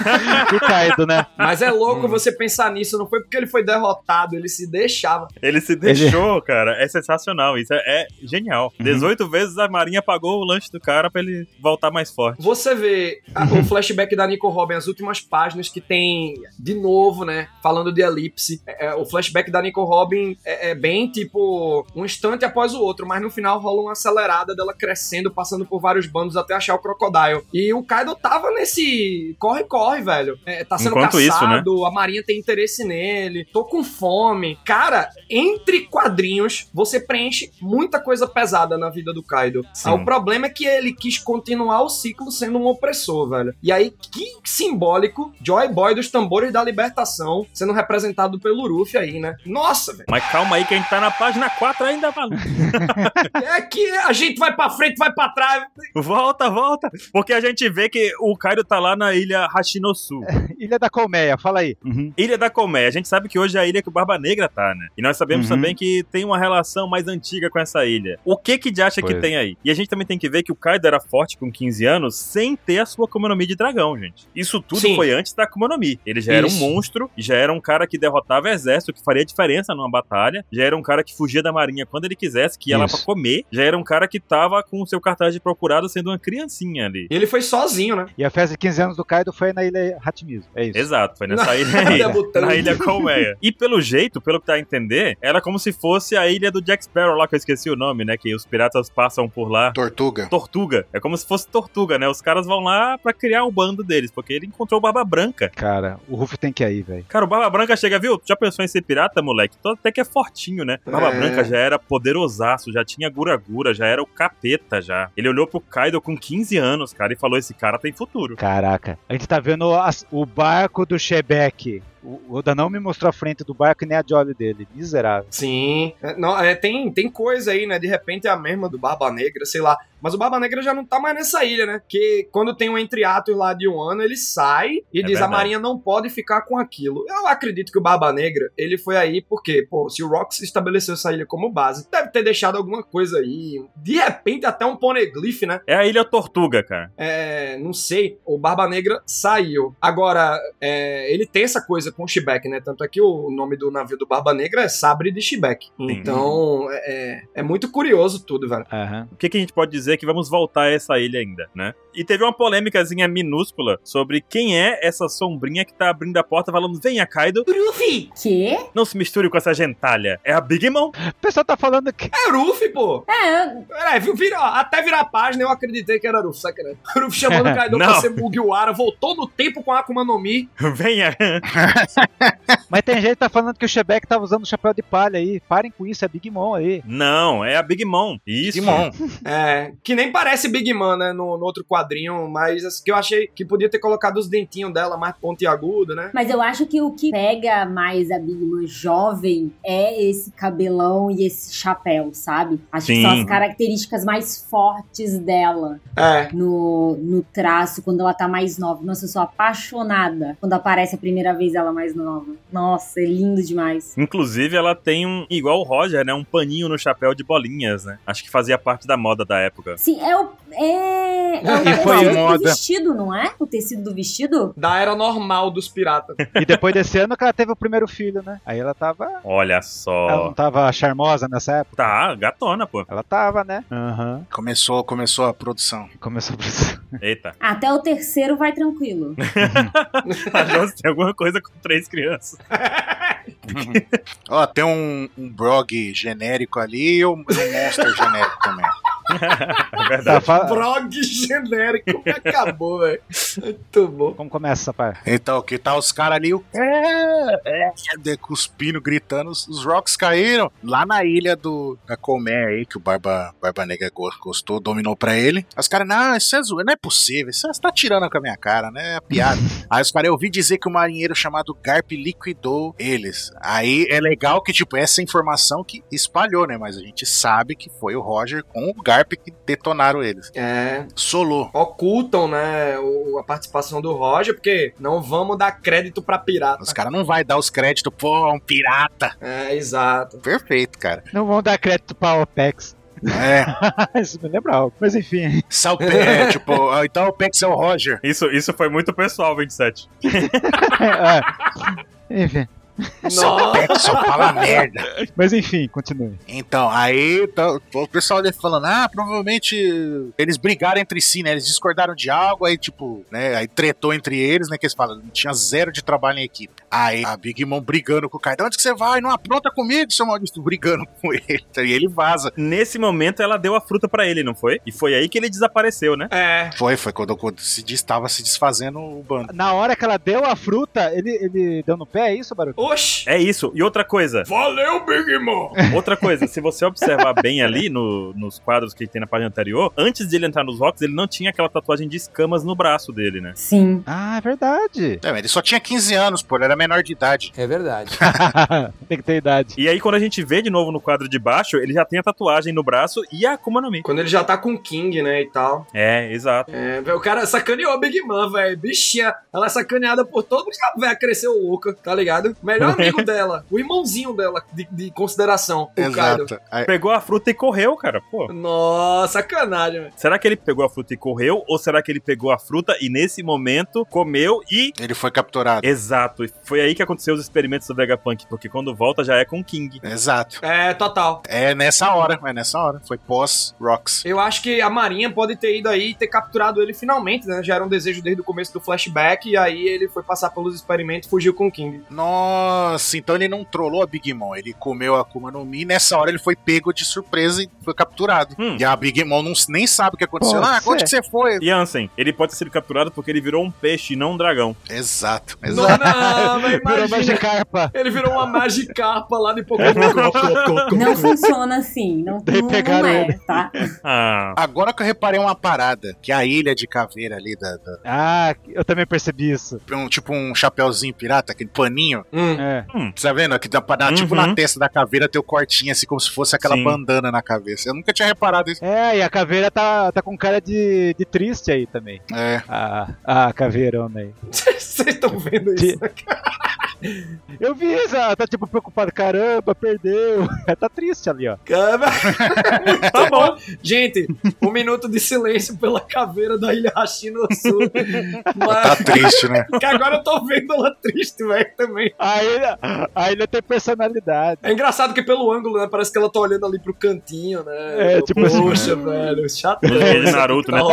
do Kaido, né? Mas é louco você pensar nisso, não foi porque ele foi derrotado, ele se deixava. Ele se deixou, cara. É sensacional. Isso é, é genial. dezoito vezes a marinha pagou o lanche do cara pra ele voltar mais forte. Você vê a- o flashback da Nico Robin, as últimas páginas que tem, de novo, né, falando de Elipse, é, é, o flashback da Nico Robin é, é bem, tipo, um instante após o outro, mas no final rola uma acelerada dela crescendo, passando por vários bandos até achar o Crocodile. E o Kaido tava nesse corre-corre, velho. É, tá sendo Enquanto caçado, isso, né? a marinha tem interesse nele, tô com fome. Cara, entre quadrinhos, você preenche muita coisa pesada na vida do Kaido. Sim. Ah, o problema é que ele quis continuar o ciclo sendo um opressor, velho. E aí, que simbólico, Joy Boy dos tambores da libertação, sendo representado pelo Ruffy aí, né? Nossa, velho. Mas calma Calma aí que a gente tá na página quatro ainda, maluco. É que a gente vai pra frente, vai pra trás. Volta, volta. Porque a gente vê que o Kaido tá lá na ilha Hashinosu. Ilha da Colmeia, fala aí. Uhum. Ilha da Colmeia. A gente sabe que hoje é a ilha que o Barba Negra tá, né? E nós sabemos Uhum. também que tem uma relação mais antiga com essa ilha. O que que de acha que Pois. tem aí? E a gente também tem que ver que o Kaido era forte com quinze anos sem ter a sua Akuma no Mi de dragão, gente. Isso tudo Sim. foi antes da Akuma no Mi. Ele já era um Isso. monstro, já era um cara que derrotava exército, que faria diferença numa batalha, já era um cara que fugia da marinha quando ele quisesse, que ia lá Isso. pra comer, já era um cara que tava com o seu cartaz de procurado sendo uma criancinha ali. E ele foi sozinho, né? E a festa de quinze anos do Kaido foi na Ilha Hatimizu, é isso. Exato, foi nessa ilha aí, Debutando. na ilha Colmeia. E pelo jeito, pelo que dá a entender, era como se fosse a ilha do Jack Sparrow lá, que eu esqueci o nome, né, que os piratas passam por lá. Tortuga. Tortuga. É como se fosse Tortuga, né? Os caras vão lá pra criar o bando deles, porque ele encontrou o Barba Branca. Cara, o Ruffy tem que ir aí, velho. Cara, o Barba Branca chega, viu? Tu já pensou em ser pirata, moleque? Tô até que é fortinho, né? O Barba É. Branca já era poderosaço, já tinha gura-gura, já era o capeta já. Ele olhou pro Kaido com quinze anos, cara, e falou, esse cara tem futuro. Caraca. A gente tá vendo as- o barco do Shebeck. O o Oda não me mostrou a frente do barco e nem a jolly dele. Miserável. Sim. É, não, é, tem, tem coisa aí, né? De repente é a mesma do Barba Negra, sei lá. Mas o Barba Negra já não tá mais nessa ilha, né? Porque quando tem um entreato lá de um ano, ele sai e É diz verdade. a Marinha não pode ficar com aquilo. Eu acredito que o Barba Negra, ele foi aí porque, pô, se o Rox estabeleceu essa ilha como base, deve ter deixado alguma coisa aí. De repente até um poneglyph, né? É a Ilha Tortuga, cara. É, não sei, o Barba Negra saiu. Agora, é, ele tem essa coisa com o Shebeck, né? Tanto é que o nome do navio do Barba Negra é Sabre de Shebeck. Então, é, é muito curioso tudo, velho. Aham. O que, que a gente pode dizer é que vamos voltar a essa ilha ainda, né? E teve uma polêmicazinha minúscula sobre quem é essa sombrinha que tá abrindo a porta falando, venha, Kaido, Ruffy! Quê? não se misture com essa gentalha. É a Big Mom? O pessoal tá falando que. É Ruffy, pô! É, É, viu, vira, ó, até virar a página eu acreditei que era Ruffy, sacanagem. Ruffy chamando o Kaido Não. pra ser Mugiwara, voltou no tempo com a Akuma no Mi. Venha. Mas tem gente que tá falando que o Shebeck tava usando o chapéu de palha aí. Parem com isso, é Big Mom aí. Não, é a Big Mom. Isso. Simon. É, que nem parece Big Man, né, no, no outro quadrinho, mas assim, que eu achei que podia ter colocado os dentinhos dela mais pontiagudo, né? mas eu acho que o que pega mais a Big Mom jovem é esse cabelão e esse chapéu, sabe? Acho que são Sim. as características mais fortes dela É. no, no traço, quando ela tá mais nova. Nossa, eu sou apaixonada quando aparece a primeira vez ela mais nova. Nossa, é lindo demais. Inclusive, ela tem um, igual o Roger, né? Um paninho no chapéu de bolinhas, né? Acho que fazia parte da moda da época. Sim, é o, é, é o E foi tecido moda. do vestido, não é? O tecido do vestido? Da era normal dos piratas. E depois desse ano que ela teve o primeiro filho, né? Aí ela tava. Olha Ela só. não tava charmosa nessa época? Tá, gatona, pô. Ela tava, né? Aham. Começou, começou a produção. Começou por isso. Eita. Até o terceiro vai tranquilo. A Jones tem alguma coisa com três crianças. Ó, tem um, um Brog genérico ali e um, um Monster genérico também. É Tá, verdade. fa- Brog genérico. Acabou, velho. Muito bom. Como começa essa parte? Então, que tá os caras ali, o é, é, de- cuspindo, gritando, os, os Rocks caíram lá na ilha do, da Colmeia aí, que o Barba, Barba Negra go- gostou, dominou pra ele. Aí os caras, não, isso é zoeira, não é possível, isso você tá tirando com a minha cara, né, é piada. Aí os caras, eu ouvi dizer que o marinheiro chamado Garp liquidou eles. Aí é legal que, tipo, essa informação que espalhou, né, mas a gente sabe que foi o Roger com o Garp que detonaram eles. É, Solou. ocultam, né, o- a participação do Roger, porque não vamos dar crédito pra pirata. Os caras não vai dar os créditos, pô, um pirata. É, exato. Perfeito, cara. Não vão dar crédito pra OPEX. É. Isso me lembra algo. Mas enfim. Salpe, é, tipo, ah, então o Pex é o Roger. Isso, isso foi muito pessoal, vinte e sete. É. Enfim. Seu Pex só fala merda. Mas enfim, continue. Então, aí tá, o pessoal ali falando, ah, provavelmente eles brigaram entre si, né? Eles discordaram de algo, aí tipo, né? Aí tretou entre eles, né? Que eles falam, tinha zero de trabalho em equipe. Aí a Big Mom brigando com o Kaido, onde que você vai? Não apronta comigo, seu maldito, brigando com ele. E ele vaza. Nesse momento, ela deu a fruta pra ele, não foi? E foi aí que ele desapareceu, né? É. Foi, foi quando, quando se estava se desfazendo o bando. Na hora que ela deu a fruta, ele, ele deu no pé, é isso, Baruch? Oxi. É isso. E outra coisa. Valeu, Big Mom. Outra coisa, se você observar bem ali no, nos quadros que tem na página anterior, antes de ele entrar nos Rocks, ele não tinha aquela tatuagem de escamas no braço dele, né? Sim. Ah, é verdade. É, ele só tinha quinze anos, pô, ele era menor de idade. É verdade. Tem que ter idade. E aí, quando a gente vê de novo no quadro de baixo, ele já tem a tatuagem no braço e a Akuma no Mi. Quando ele já tá com o King, né, e tal. É, exato. É, véio, o cara sacaneou a Big Mom, velho. Bichinha. Ela é sacaneada por todo mundo que a véia cresceu louca, tá ligado? Melhor amigo dela. O irmãozinho dela, de, de consideração. O Kaido. Exato. Aí, Pegou a fruta e correu, cara, pô. Nossa, sacanagem, velho. Será que ele pegou a fruta e correu? Ou será que ele pegou a fruta e nesse momento comeu e... ele foi capturado. Exato. E foi aí que aconteceu os experimentos do Vegapunk, porque quando volta já é com o King. Exato. É, total. É nessa hora, é nessa hora. Foi pós-Rocks. Eu acho que a Marinha pode ter ido aí e ter capturado ele finalmente, né? Já era um desejo desde o começo do flashback, e aí ele foi passar pelos experimentos e fugiu com o King. Nossa, então ele não trollou a Big Mom, ele comeu a Akuma no Mi, nessa hora ele foi pego de surpresa e foi capturado. Hum. E a Big Mom não, nem sabe o que aconteceu. Pode Ah, onde ser. que você foi? E Ansem, ele pode ter sido capturado porque ele virou um peixe e não um dragão. Exato, Não, exato. não, mas Virou imagina. Magikarpa. Ele virou uma Magikarpa lá de Pokémon. Não funciona assim. Não, Daí não, pegaram não é, ele. tá? Ah, Agora que eu reparei uma parada, que a ilha de caveira ali, da, da- Ah, eu também percebi isso. um, tipo um chapeuzinho pirata, aquele paninho. Hum. É. Você tá vendo? Aqui dá pra dar, tipo Uhum. na testa da caveira tem o cortinho, assim, como se fosse aquela Sim. bandana na cabeça. Eu nunca tinha reparado isso. É, e a caveira tá, tá com cara de, de triste aí também. É. A, a caveirona aí. Vocês estão vendo isso? Eu vi isso, ela tá tipo preocupada. Caramba, perdeu. Ela tá triste ali, ó. Cara, tá bom. Gente, um minuto de silêncio pela caveira da Ilha Hashino Sul. Tá Mas triste, né? que agora eu tô vendo ela triste, velho, também. A ilha, a ilha tem personalidade. É engraçado que pelo ângulo, né, parece que ela tá olhando ali pro cantinho, né? É, tipo assim. Poxa, velho, chato. Música de Naruto, né?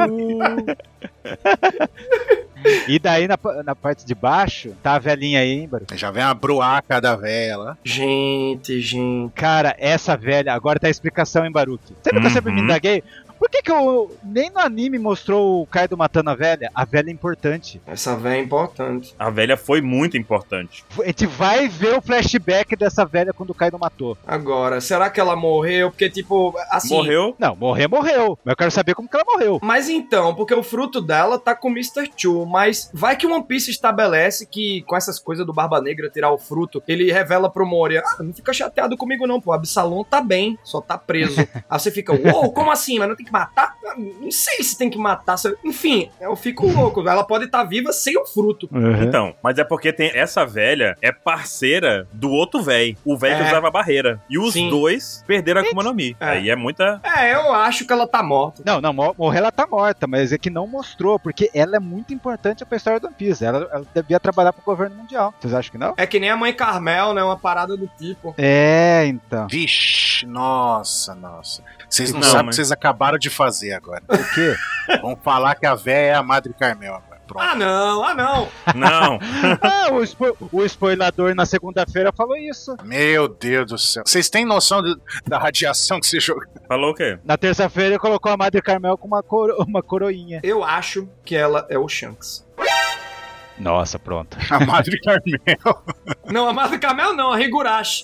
E daí na, na parte de baixo, tá a velhinha aí, hein, Baru? Já vem a bruaca da vela. Gente, gente. Cara, essa velha, agora tá a explicação em Baruque. Você nunca Uhum. sempre me indaguei? Por que que eu, nem no anime mostrou o Kaido matando a velha? A velha é importante. Essa véia é importante. A velha foi muito importante. A gente vai ver o flashback dessa velha quando o Kaido matou. Agora, será que ela morreu? Porque, tipo, assim... Morreu? Não, morrer, morreu. Mas eu quero saber como que ela morreu. Mas então, porque o fruto dela tá com o mister Chu, mas vai que o One Piece estabelece que com essas coisas do Barba Negra tirar o fruto, ele revela pro Moria, ah, não fica chateado comigo não, pô, Absalom tá bem, só tá preso. Aí você fica, uou, como assim? Mas não tem que matar? Ah, não sei se tem que matar. se- Enfim, eu fico louco, ela pode estar viva sem o fruto. Uhum. Então, mas é porque tem essa velha é parceira do outro velho, o velho que É. usava a barreira. E os Sim. dois perderam a Akuma no Mi. É. Aí é muita... É, eu acho que ela tá morta. Não, não, mor- morrer ela tá morta, mas é que não mostrou, porque ela é muito importante pra história do One Piece. Ela, ela devia trabalhar pro governo mundial. Vocês acham que não? É que nem a mãe Carmel, né? Uma parada do tipo. É, então. Vixe, nossa, nossa. Vocês não, Não, sabem o mas- que vocês acabaram de fazer agora. O quê? Vamos falar que a véia é a Madre Carmel agora. Pronto. Ah, não, ah, não. Não. Ah, o, spo o spoilador na segunda-feira falou isso. Meu Deus do céu. Vocês têm noção de- da radiação que você jogou? Falou o quê? Na terça-feira ele colocou a Madre Carmel com uma, coro uma coroinha. Eu acho que ela é o Shanks. Nossa, pronto. A Madre Carmel. Não, a Madre Carmel não, a Higurashi.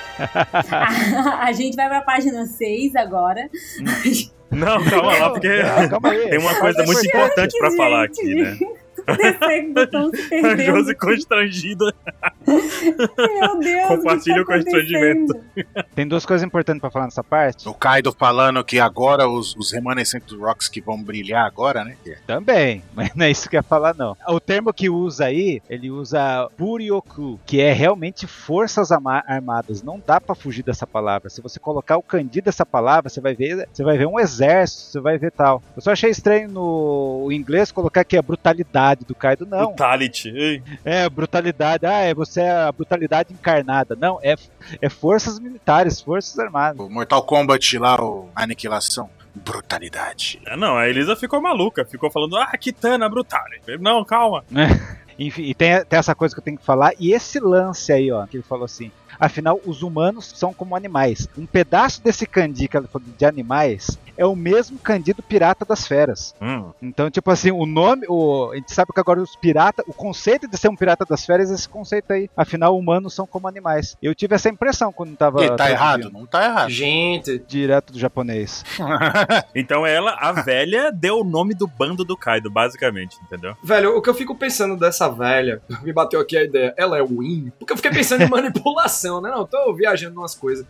A gente vai pra página seis agora. Não, calma lá, porque Não, calma aí. tem uma coisa muito importante pra falar aqui, né? Descendo, estão se A perdendo. Josi constrangida. Meu Deus, Compartilha o que tá o constrangimento. acontecendo? Tem duas coisas importantes pra falar nessa parte. O Kaido falando que agora os, os remanescentes do Rocks que vão brilhar agora, né? Também, mas não é isso que eu ia falar, não. O termo que usa aí, ele usa Buryoku, que é realmente forças ama- armadas. Não dá pra fugir dessa palavra. Se você colocar o kanji dessa palavra, você vai ver, você vai ver um exército, você vai ver tal. Eu só achei estranho no inglês colocar que é brutalidade do Kaido, não. Brutality. Ei. É, brutalidade. Ah, é, você é a brutalidade encarnada. Não, é, é forças militares, forças armadas. O Mortal Kombat lá, o Aniquilação. Brutalidade. Ah, não, a Elisa ficou maluca. Ficou falando, ah, Kitana, Brutality. Não, calma. Enfim, e tem, tem essa coisa que eu tenho que falar. E esse lance aí, ó, que ele falou assim: Afinal, os humanos são como animais. Um pedaço desse kanji que ela falou de animais é o mesmo kanji do Pirata das Feras. Hum. Então, tipo assim, o nome, o, a gente sabe que agora os piratas, o conceito de ser um pirata das férias é esse conceito aí. Afinal, humanos são como animais. Eu tive essa impressão quando tava... E tá errado? Não tá errado. Gente, Direto do japonês. Então ela, a velha, deu o nome do bando do Kaido, basicamente, entendeu? velho, o que eu fico pensando dessa velha, me bateu aqui a ideia, ela é Win? Porque eu fiquei pensando em manipulação, né? Não, tô viajando umas coisas.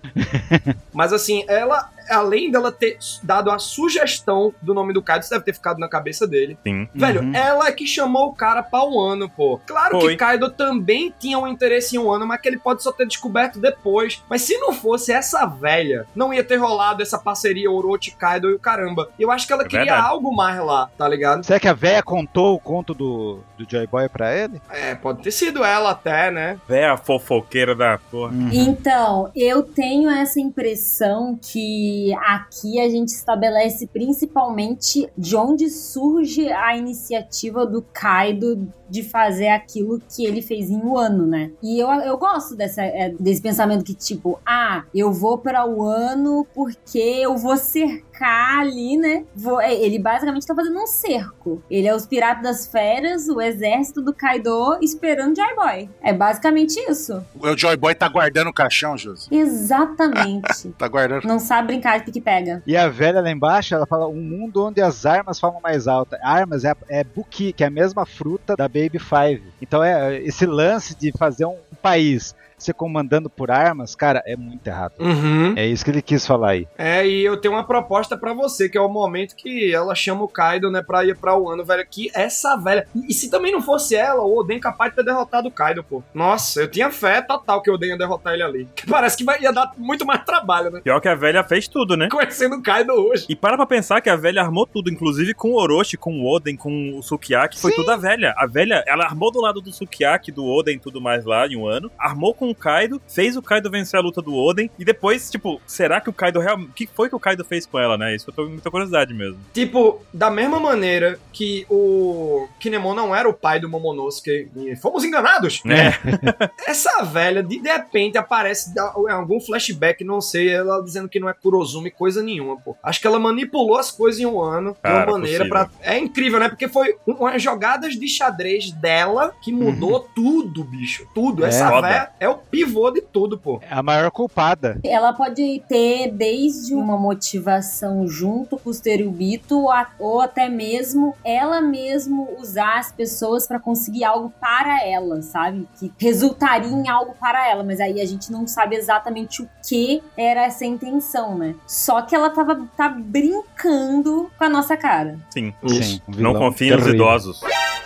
Mas assim, ela, além dela ter dado a sugestão do nome do Kaido, isso deve ter ficado na cabeça dele. Sim. Velho, Uhum. ela é que chamou o cara pra Wano, pô. Claro Foi. que Kaido também tinha um interesse em Wano, mas que ele pode só ter descoberto depois. Mas se não fosse essa velha, não ia ter rolado essa parceria Orochi, Kaido e o caramba. Eu acho que ela É queria verdade. algo mais lá, tá ligado? Será que a véia contou o conto do, do Joy Boy pra ele? É, pode ter sido ela até, né? Véia fofoqueira da porra. Então, eu tenho essa impressão que aqui a gente estabelece principalmente de onde surge a iniciativa do Kaido de fazer aquilo que ele fez em Wano, né? E eu, eu gosto dessa, é, desse pensamento que, tipo, ah, eu vou pra Wano porque eu vou cercar ali, né? Vou, é, ele basicamente tá fazendo um cerco. Ele é os Piratas das Feras, o exército do Kaido, esperando Joy Boy. É basicamente isso. O Joy Boy tá guardando o caixão, Josi. Exatamente. Tá guardando. Não sabe brincar de pique-pega. E a velha lá embaixo, ela fala, um mundo onde as armas falam mais alto. Armas é, é buki, que é a mesma fruta da Baby Five. Então é esse lance de fazer um país se comandando por armas, cara, é muito errado. Uhum. É isso que ele quis falar aí. É, e eu tenho uma proposta pra você, que é o momento que ela chama o Kaido, né, pra ir pra Wano, velho, que essa velha... E se também não fosse ela, o Oden capaz de ter derrotado o Kaido, pô. Nossa, eu tinha fé total que o Oden ia derrotar ele ali. Que parece que vai, ia dar muito mais trabalho, né? Pior que a velha fez tudo, né? Conhecendo o Kaido hoje. E para pra pensar que a velha armou tudo, inclusive com o Orochi, com o Oden, com o Sukiyaki, foi Sim. tudo a velha. A velha, ela armou do lado do Sukiyaki, do Oden e tudo mais lá em um ano, armou com o Kaido, fez o Kaido vencer a luta do Oden, e depois, tipo, será que o Kaido realmente... O que foi que o Kaido fez com ela, né? Isso eu tô com muita curiosidade mesmo. Tipo, da mesma maneira que o Kinemon não era o pai do Momonosuke e fomos enganados, É. essa velha, de repente, aparece em algum flashback, não sei, ela dizendo que não é Kurozumi, coisa nenhuma, pô. Acho que ela manipulou as coisas em um ano, Cara, de uma maneira possível. pra... É incrível, né? Porque foi umas jogadas de xadrez dela que mudou tudo, bicho. Tudo. É. Essa Foda. velha é o pivô de tudo, pô. É a maior culpada. Ela pode ter desde uma motivação junto com o Terubito a- ou até mesmo ela mesmo usar as pessoas pra conseguir algo para ela, sabe? Que resultaria em algo para ela, mas aí a gente não sabe exatamente o que era essa intenção, né? Só que ela tava tá brincando com a nossa cara. Sim. Sim, um Não vilão confie nos terrível. idosos.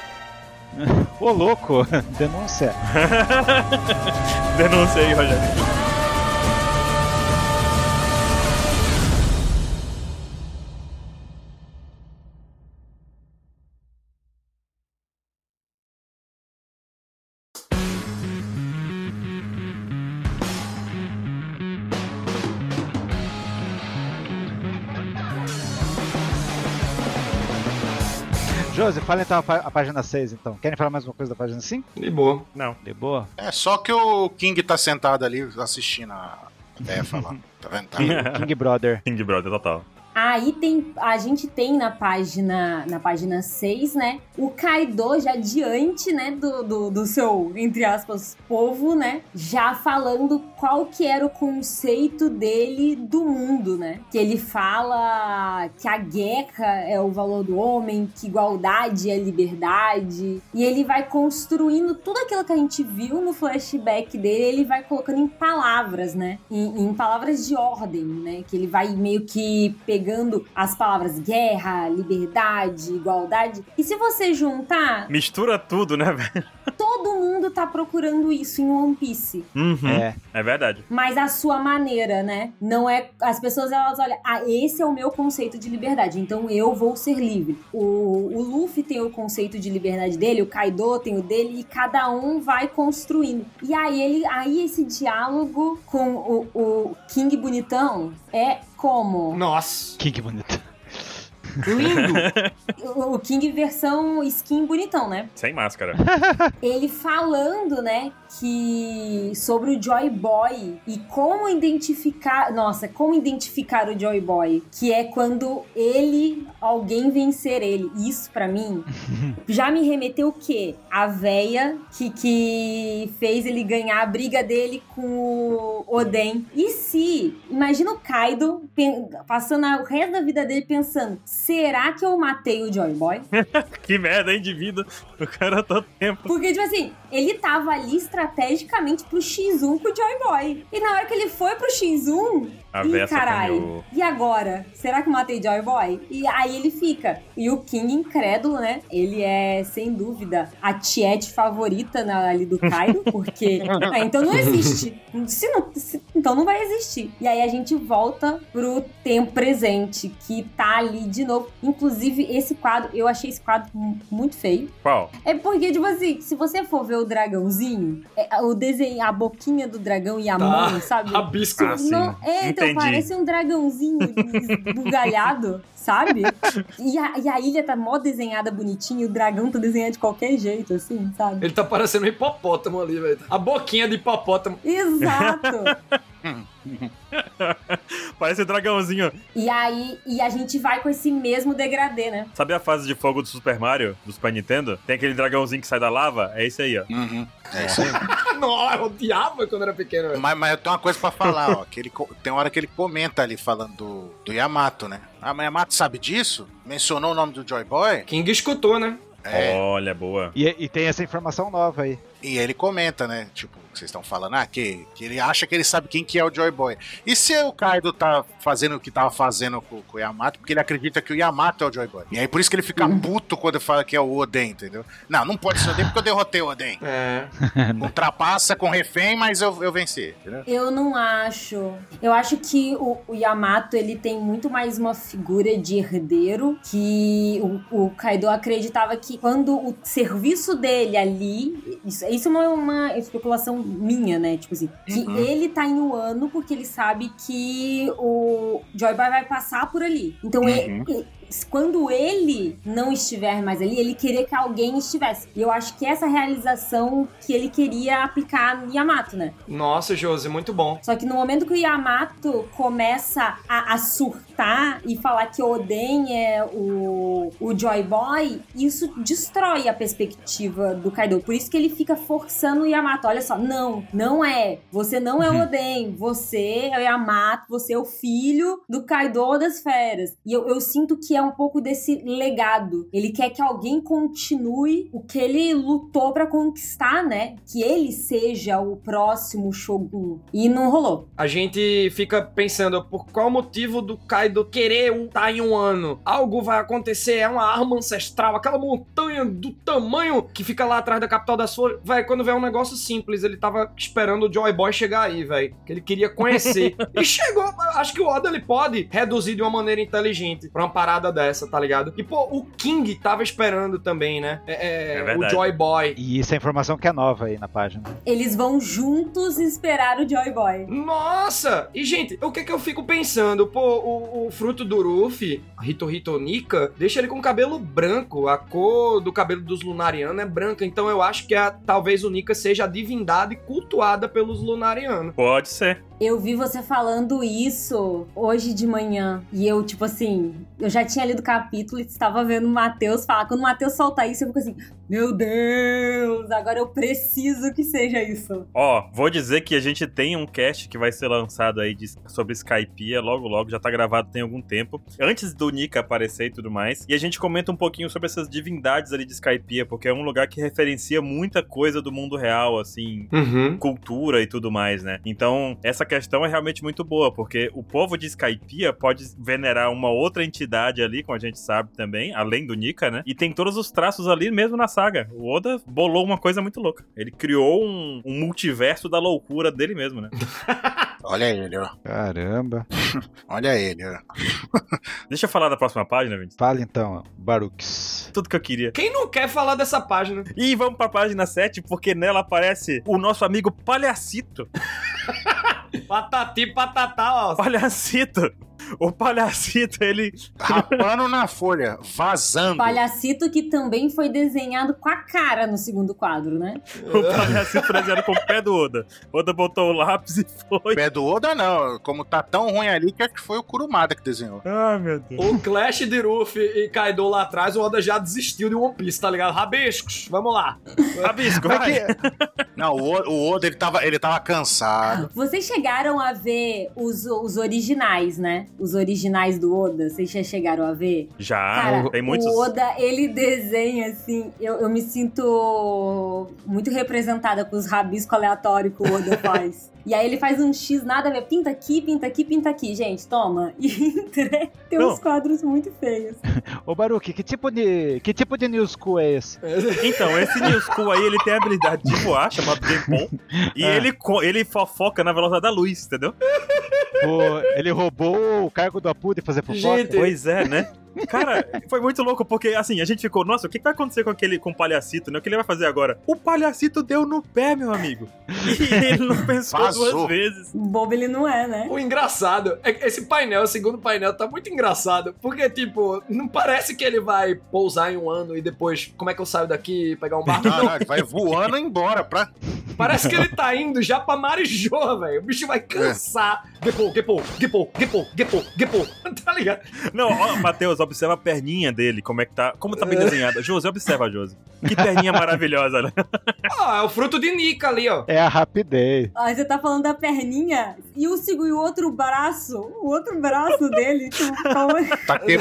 Ô, louco, denúncia. Denúncia aí, Rogério. Josi, fala então a, pá- a página seis, então. Querem falar mais uma coisa da página cinco? De boa. Não. De boa? É só que o King tá sentado ali assistindo a véia falar. Tá vendo? Tá. King Brother. King Brother, total. Aí tem, a gente tem na página, na página seis, né, o Kaido já diante, né, do, do, do seu, entre aspas, povo, né, já falando qual que era o conceito dele do mundo, né, que ele fala que a guerra é o valor do homem, que igualdade é liberdade, e ele vai construindo tudo aquilo que a gente viu no flashback dele, ele vai colocando em palavras, né, em, em palavras de ordem, né, que ele vai meio que pegando as palavras guerra, liberdade, igualdade. E se você juntar, Mistura tudo, né, velho? todo mundo tá procurando isso em One Piece. Uhum. É. É verdade. Mas a sua maneira, né? Não é... As pessoas, elas olham... Ah, esse é o meu conceito de liberdade, então eu vou ser livre. O, o Luffy tem o conceito de liberdade dele, o Kaido tem o dele, e cada um vai construindo. E aí, ele, aí esse diálogo com o, o King Bonitão é como... Nossa. King bonito. Lindo! O, o King versão skin bonitão, né? Sem máscara. Ele falando, né, que sobre o Joy Boy e como identificar, nossa, como identificar o Joy Boy, que é quando ele, alguém vencer ele. Isso pra mim já me remeteu o quê? A véia que, que fez ele ganhar a briga dele com o Oden. E se, imagina o Kaido pen, passando o resto da vida dele pensando, será que eu matei o Joy Boy? Que merda, hein, de vida. O cara todo tempo. Porque, tipo assim, ele tava ali estrategicamente pro xis um com o Joy Boy. E na hora que ele foi pro xis um, A ih, véia caralho, sacaneou. e agora? Será que eu matei Joy Boy? E aí ele fica. E o King incrédulo, né? Ele é, sem dúvida, a tiete favorita na, ali do Kaido, porque... ah, então não existe. Se não, se, então não vai existir. E aí a gente volta pro tempo presente, que tá ali de novo. Inclusive, esse quadro, eu achei esse quadro muito feio. Qual? É porque, tipo assim, se você for ver o dragãozinho, é, o desenho, a boquinha do dragão e a Tá. mão, sabe? Rabisco. Ah, sim. Não, é, então Entendi. parece um dragãozinho esbugalhado, sabe? E a, e a ilha tá mó desenhada bonitinha, e o dragão tá desenhado de qualquer jeito, assim, sabe? Ele tá parecendo um hipopótamo ali, velho. A boquinha de hipopótamo. Exato! Parece um dragãozinho. E aí, e a gente vai com esse mesmo degradê, né? Sabe a fase de fogo do Super Mario, do Super Nintendo? Tem aquele dragãozinho que sai da lava? É esse aí, ó. Uhum. É isso aí. Não, eu odiava quando era pequeno, velho. mas, mas eu tenho uma coisa pra falar, ó. Que ele, co- tem uma hora que ele comenta ali falando do, do Yamato, né? Ah, mas Yamato sabe disso? Mencionou o nome do Joy Boy? King escutou, né? É. Olha, boa. E, e tem essa informação nova aí. E ele comenta, né? Tipo, vocês estão falando, ah, que, que ele acha que ele sabe quem que é o Joy Boy. E se o Kaido tá fazendo o que tava fazendo com, com o Yamato, porque ele acredita que o Yamato é o Joy Boy. E aí por isso que ele fica puto quando fala que é o Oden, entendeu? Não, não pode ser o Oden porque eu derrotei o Oden. É. Com trapaça, com refém, mas eu, eu venci, entendeu? Eu não acho. Eu acho que o, o Yamato, ele tem muito mais uma figura de herdeiro, que o, o Kaido acreditava que quando o serviço dele ali, isso, isso é uma, uma especulação minha, né? Tipo assim, que Uhum. ele tá em Wano porque ele sabe que o Joy Boy vai passar por ali. Então, Uhum. ele, quando ele não estiver mais ali, ele queria que alguém estivesse. E eu acho que essa realização que ele queria aplicar no Yamato, né? Nossa, Josi, muito bom. Só que no momento que o Yamato começa a, a surtar e falar que o Oden é o, o Joy Boy, isso destrói a perspectiva do Kaido. Por isso que ele fica forçando o Yamato. Olha só, não, não é. Você não é o Oden. Você é o Yamato, você é o filho do Kaido das Feras. E eu, eu sinto que é um pouco desse legado. Ele quer que alguém continue o que ele lutou pra conquistar, né? Que ele seja o próximo Shogun. E não rolou. A gente fica pensando por qual motivo do Kaido querer estar em um ano. Algo vai acontecer, é uma arma ancestral, aquela montanha do tamanho que fica lá atrás da capital das flores. Véi, quando vê um negócio simples, ele tava esperando o Joy Boy chegar aí, velho. Que ele queria conhecer. E chegou. Acho que o Oda, ele pode reduzir de uma maneira inteligente pra uma parada dessa, tá ligado? E, pô, o King tava esperando também, né? É, é, É o verdade. Joy Boy. E isso é informação que é nova aí na página. Eles vão juntos esperar o Joy Boy. Nossa! E, gente, o que que eu fico pensando? Pô, o, o fruto do Ruffy, Hito Hito Nika, deixa ele com cabelo branco. A cor do cabelo dos Lunarianos é branca. Então eu acho que a, talvez o Nika seja a divindade cultuada pelos Lunarianos. Pode ser. Eu vi você falando isso hoje de manhã. E eu, tipo assim, eu já tinha lido o capítulo e estava vendo o Matheus falar. Quando o Matheus solta isso, eu fico assim, meu Deus, agora eu preciso que seja isso. Ó, vou dizer que a gente tem um cast que vai ser lançado aí de- sobre Skypiea logo logo, já tá gravado tem algum tempo, antes do Nika aparecer e tudo mais, e a gente comenta um pouquinho sobre essas divindades ali de Skypiea, porque é um lugar que referencia muita coisa do mundo real, assim, Uhum. cultura e tudo mais, né? Então, essa questão é realmente muito boa, porque o povo de Skypiea pode venerar uma outra entidade ali, como a gente sabe também, além do Nika, né? E tem todos os traços ali mesmo na saga. O Oda bolou uma coisa muito louca. Ele criou um, um multiverso da loucura dele mesmo, né? Olha ele, ó. Caramba. Olha ele, ó. Deixa eu falar da próxima página, Vinci. Fala então, Baruques. Tudo que eu queria. Quem não quer falar dessa página? E vamos pra página sete, porque nela aparece o nosso amigo Palhacito. Patati patatá, ó. Palhacito O palhacito, ele... Rapando na folha, vazando. Palhacito que também foi desenhado com a cara no segundo quadro, né? O palhacito desenhado com o pé do Oda. Oda botou o lápis e foi. Pé do Oda não, como tá tão ruim ali que acho que foi o Kurumada que desenhou. Ai, meu Deus. O Clash de Ruffy e Kaido lá atrás, o Oda já desistiu de One Piece, tá ligado? Rabiscos, vamos lá. Rabisco, vai. Não, o Oda, o Oda ele, tava, ele tava cansado. Vocês chegaram a ver os, os originais, né? Os originais do Oda, vocês já chegaram a ver? Já, Cara, tem muitos... o Oda, ele desenha, assim, eu, eu me sinto muito representada com os rabiscos aleatórios que o Oda faz. E aí ele faz um X nada a ver, pinta aqui, pinta aqui, pinta aqui, gente, toma. E tem uns quadros muito feios. Ô Baruque, que tipo de que tipo de New School é esse? Então, esse New School aí, ele tem a habilidade de voar, chamado Genpon, e É. ele, co- ele fofoca na velocidade da luz, entendeu? Pô, ele roubou o cargo do Apu de fazer fofoca? Gente, Pois é, né? Cara, foi muito louco, porque assim, a gente ficou, nossa, o que vai acontecer com aquele com o palhacito, né? O que ele vai fazer agora? O palhacito deu no pé, meu amigo. E ele não pensou Vazou. duas vezes. Bobo ele não é, né? O engraçado é que esse painel, o segundo painel, tá muito engraçado. Porque, tipo, não parece que ele vai pousar em um ano e depois, como é que eu saio daqui e pegar um barco? Não, não, ele vai voando embora pra... Parece que ele tá indo já pra Marijô, velho. O bicho vai cansar. Gepo, gepo, gepo, gepo, gepo, gepo. Tá ligado? Não, ó, Matheus, observa a perninha dele, como é que tá, como tá bem desenhada. Josi, observa, Josi. Que perninha maravilhosa, né? Ah, é o fruto de Nika ali, ó. É a rapidez. Ah, você tá falando da perninha e o, seg- e o outro braço, o outro braço dele, tipo, como... Tá que...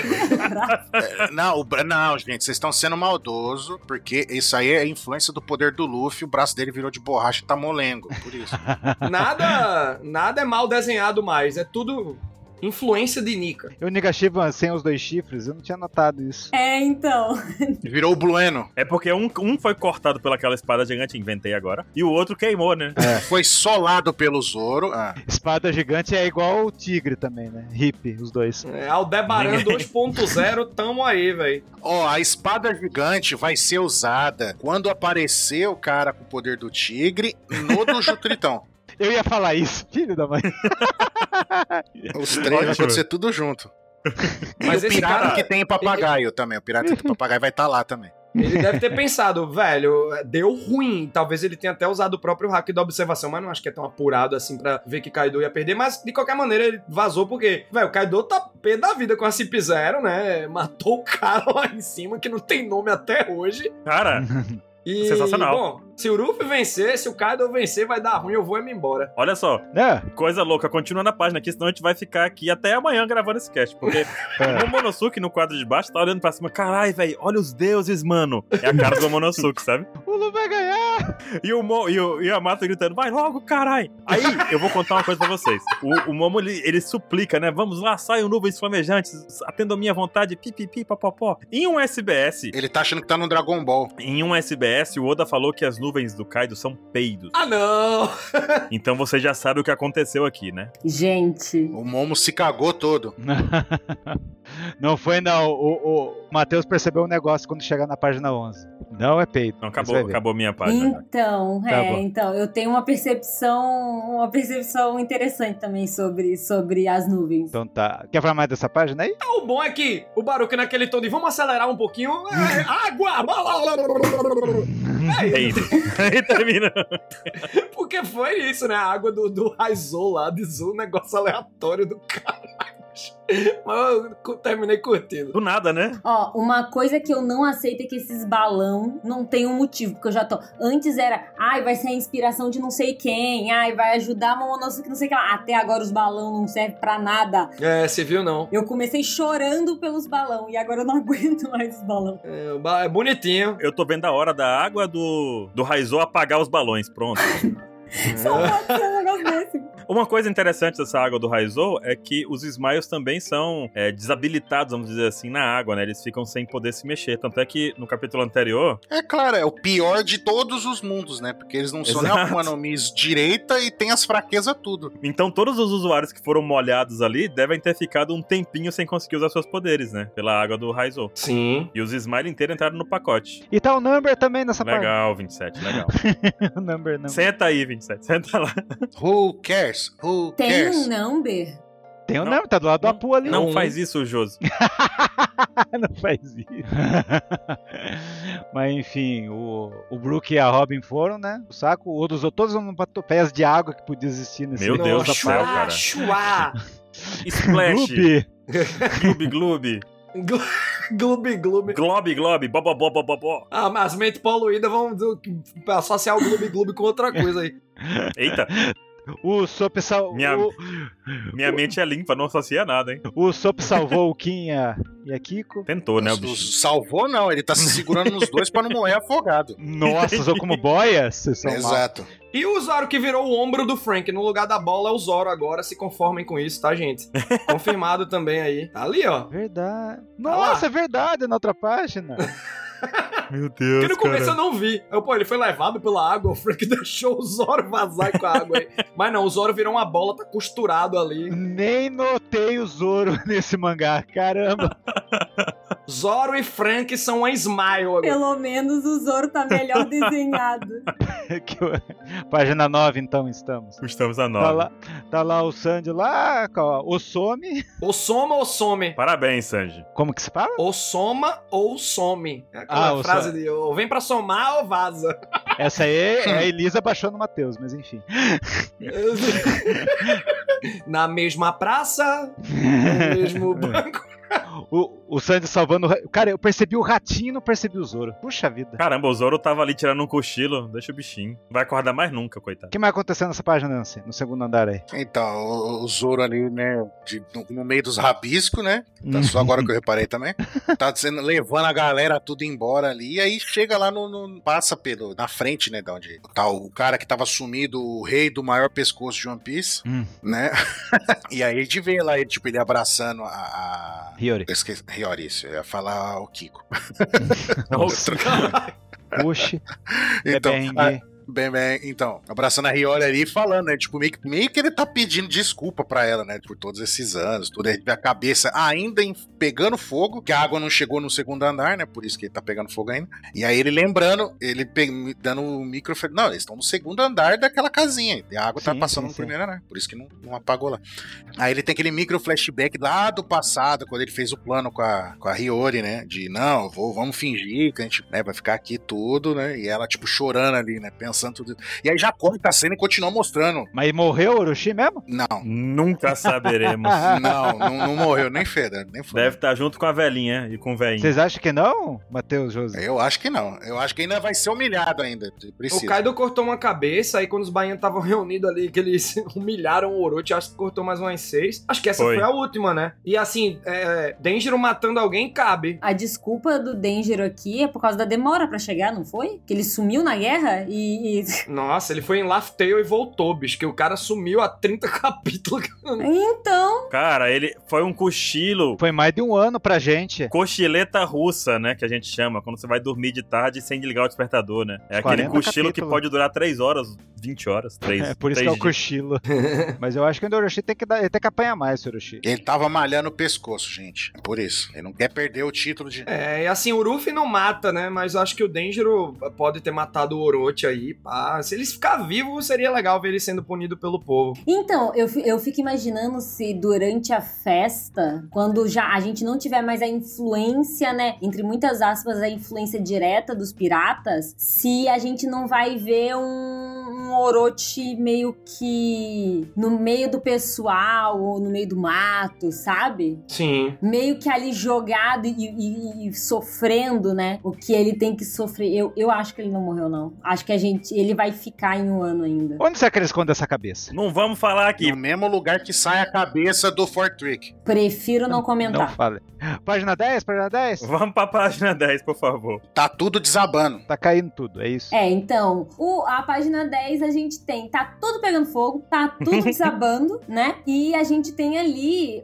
É, não, o bra- não, gente, vocês estão sendo maldoso, porque isso aí é a influência do poder do Luffy, o braço dele virou de borracha e tá molengo, por isso. Nada, nada é mal desenhado mais. É tudo influência de Nika. E o Nigashima sem os dois chifres, eu não tinha notado isso. É, então. Virou o Blueno. É porque um, um foi cortado pelaquela espada gigante, inventei agora, e o outro queimou, né? Foi solado pelo Zoro. Ah. Espada gigante é igual o tigre também, né? Hip, os dois. É, Aldebaran Ninguém- dois ponto zero, tamo aí, velho. Ó, a espada gigante vai ser usada quando aparecer o cara com o poder do tigre no do Jutritão. Eu ia falar isso, filho da mãe. Os três vai Ótimo. acontecer tudo junto. E Mas o esse pirata cara- que tem papagaio também. O pirata que tem papagaio vai estar lá também. Ele deve ter pensado, velho, deu ruim. Talvez ele tenha até usado o próprio hack da observação, mas não acho que é tão apurado assim pra ver que Kaido ia perder. Mas, de qualquer maneira, ele vazou porque, velho, o Kaido tá pé da vida com a Cip Zero, né? Matou o cara lá em cima, que não tem nome até hoje. Cara, E, Sensacional. bom, se o Ruffy vencer, se o Kaido vencer, vai dar ruim, eu vou é me embora. olha só, É, coisa louca, continua na página aqui, senão a gente vai ficar aqui até amanhã gravando esse cast, porque o Momonosuke no quadro de baixo tá olhando pra cima, carai, velho, olha os deuses, mano. É a cara do Momonosuke, sabe? o Lu vai ganhar. E o, Mo, e o e a Mato gritando, vai logo, carai. Aí, eu vou contar uma coisa pra vocês. O, o Momo, ele, ele suplica, né, vamos lá, saiam nuvens flamejantes, atendo a minha vontade, pipipi, papapó. Em um S B S, Ele tá achando que tá no Dragon Ball. em um S B S, o Oda falou que as nuvens do Kaido são peidos. Ah, não! Então você já sabe o que aconteceu aqui, né? Gente. O Momo se cagou todo. Não foi não, o, o Matheus percebeu um negócio quando chegar na página onze. Não é peito. Então Você acabou, vai ver. acabou minha página. já. Então, Tá é, bom. então, eu tenho uma percepção, uma percepção interessante também sobre, sobre as nuvens. Então tá. Quer falar mais dessa página aí? O bom é que o Baruque naquele tom de vamos acelerar um pouquinho. É, água! É Aí, isso. aí termina. Porque foi isso, né? A água do, do Raizou lá, de Zul, um negócio aleatório do caralho. Mas eu cu- terminei curtindo. Do nada, né? Ó, uma coisa que eu não aceito é que esses balão não tem um motivo, porque eu já tô... Antes era, ai, vai ser a inspiração de não sei quem, ai, vai ajudar a Momonosuke, não sei o que lá. Até agora os balão não servem pra nada. É, você viu não? Eu comecei chorando pelos balão e agora eu não aguento mais os balão. É, o ba- é bonitinho. Eu tô vendo a hora da água do, do Raizou apagar os balões, pronto. Só pode ser um negócio desse. Uma coisa interessante dessa água do Raizou é que os Smiles também são é, desabilitados, vamos dizer assim, na água, né? Eles ficam sem poder se mexer. Tanto é que no capítulo anterior, É claro, é o pior de todos os mundos, né? Porque eles não são nem Exato. Akuma no Mi direita e tem as fraquezas tudo. então todos os usuários que foram molhados ali devem ter ficado um tempinho sem conseguir usar seus poderes, né? Pela água do Raizou. Sim. E os Smile inteiros entraram no pacote. E tá o Number também nessa Legal, vinte e sete, legal. página. O Number não. Senta aí, vinte e sete, senta lá. Who cares? Who Tem cares? um number? Tem o Não. Nami, tá do lado do Apu ali. Não faz isso, Josi. Não faz isso. Mas enfim, o, o Brook e a Robin foram, né? O saco, o dos todos os onomatopeias de água que podia existir nesse Meu Deus do nessa céu, parte. cara. Chuá! Splash. Gloop. Gloob, gloob. Gloob, gloob. Glob, glob. Bo, bo, bo, bo, bo, bo. Ah, mas as mentes poluídas vão do- associar o gloob, gloob com outra coisa aí. Eita, O Sop sal... Minha- o, minha mente é limpa, não associa nada, hein? o Sop salvou o Kim e a, e a Kiko. Tentou, né, o Os- bicho? os- salvou não, ele tá se segurando nos dois pra não morrer afogado. Nossa, usou como boia? Vocês são mal. Exato. E o Zoro que virou o ombro do Frank. No lugar da bola é o Zoro agora. Se conformem com isso, tá, gente? Confirmado também aí. Tá ali, ó. Verdade. Tá lá. Nossa, é verdade, na outra página. Meu Deus, Porque no começo eu não vi. Eu, pô, ele foi levado pela água, o Frank deixou o Zoro vazar com a água aí. Mas não, o Zoro virou uma bola, tá costurado ali. Nem notei o Zoro nesse mangá, caramba. Zoro e Frank são uma smile agora. Pelo menos o Zoro tá melhor desenhado. Que eu- Página nove, então, estamos. Estamos a Tá nove. lá, tá lá o Sandy lá, ó, o some. Ou soma ou some. Parabéns, Sanji. Como que se fala? Ou soma ou some. É aquela Ah, ou frase so- de ou vem pra somar ou vaza. Essa aí é a Elisa baixando o Matheus, mas enfim. Na mesma praça, no mesmo banco. O, o Sandy salvando. o ra- Cara, eu percebi o ratinho e não percebi o Zoro. Puxa vida. Caramba, o Zoro tava ali tirando um cochilo. Deixa o bichinho. Vai acordar mais nunca, O coitado. que mais aconteceu nessa página, Nancy? No segundo andar aí? Então, o, o Zoro ali, né, de- no, no meio dos rabiscos, né? Tá só agora que eu reparei também. Tá sendo, levando a galera tudo embora ali. E aí chega lá no. no- passa pelo. Na frente, né? Da onde tá o cara que tava sumido, o rei do maior pescoço de One Piece, Hum. né? E aí a gente vê lá ele, tipo, ele abraçando a. a... Hiyori. Eu esqueci. Hiyori, isso. Eu ia falar o Kiko. Nossa. Puxa. Então, Bebeng. a- Bem, bem, então, abraçando a Hiyori ali e falando, né? Tipo, meio que, meio que ele tá pedindo desculpa pra ela, né? Por todos esses anos, tudo. Aí a cabeça ainda em- pegando fogo, que a água não chegou no segundo andar, né? Por isso que ele tá pegando fogo ainda. E aí ele lembrando, ele pe- dando o microfone. Não, eles estão no segundo andar daquela casinha. E a água tá Sim, passando sim, no sim. primeiro andar. Por isso que não, não apagou lá. Aí ele tem aquele micro flashback lá do passado, quando ele fez o plano com a, com a Hiyori, né? De não, vou, vamos fingir que a gente né, vai ficar aqui tudo, né? E ela, tipo, chorando ali, né? Pensando tudo. E aí já corta a cena e continua mostrando. Mas morreu o Orochi mesmo? Não, Nunca saberemos. não, não, não morreu, nem Feda, nem foi. Deve estar junto com a velhinha e com o velhinho. Vocês acham que não, Matheus José? Eu acho que não. Eu acho que ainda vai ser humilhado ainda. Precisa. O Kaido cortou uma cabeça, aí quando os baianos estavam reunidos ali, que eles humilharam o Orochi, acho que cortou mais umas seis. Acho que essa Foi. foi, a última, né? E assim, é, Denjiro matando alguém cabe. A desculpa do Denjiro aqui é por causa da demora pra chegar, não foi? Que ele sumiu na guerra e... e- Nossa, ele foi em Laugh Tale e voltou, bicho, que o cara sumiu há trinta capítulos. Então, Cara, ele foi um cochilo. Foi mais de um ano pra gente. Cochileta russa, né? Que a gente chama. Quando você vai dormir de tarde sem desligar o despertador, né? É aquele quarenta cochilo que capítulos. pode durar três horas, vinte horas, três É por isso que é o cochilo. Mas eu acho que o Orochi tem que, dar, ele tem que apanhar mais, esse Orochi. Ele tava malhando o pescoço, gente. É por isso. Ele não quer perder o título de. É, e assim, o Ruffy não mata, né? Mas eu acho que o Denjiro pode ter matado o Orochi aí, pá. Se ele ficar vivo, seria legal ver ele sendo punido pelo povo. então eu, fi- eu fico imaginando se durante a festa, quando já a gente não tiver mais a influência, né, entre muitas aspas, a influência direta dos piratas, se a gente não vai ver um, um Orochi meio que no meio do pessoal ou no meio do mato, sabe? Sim. Meio que ali jogado e, e- e sofrendo, né? O que ele tem que sofrer. Eu, eu acho que ele não morreu, não. Acho que a gente. Ele vai ficar em um ano ainda. Onde será que ele esconde essa cabeça? Não vamos falar aqui. No mesmo lugar que sai a cabeça do Fortrick. Prefiro não Não comentar. fale. Página dez, página dez? Vamos pra página dez, por favor. Tá tudo desabando. Tá caindo tudo, é isso. É, então, o, a página dez a gente tem, tá tudo pegando fogo, tá tudo desabando, né? E a gente tem ali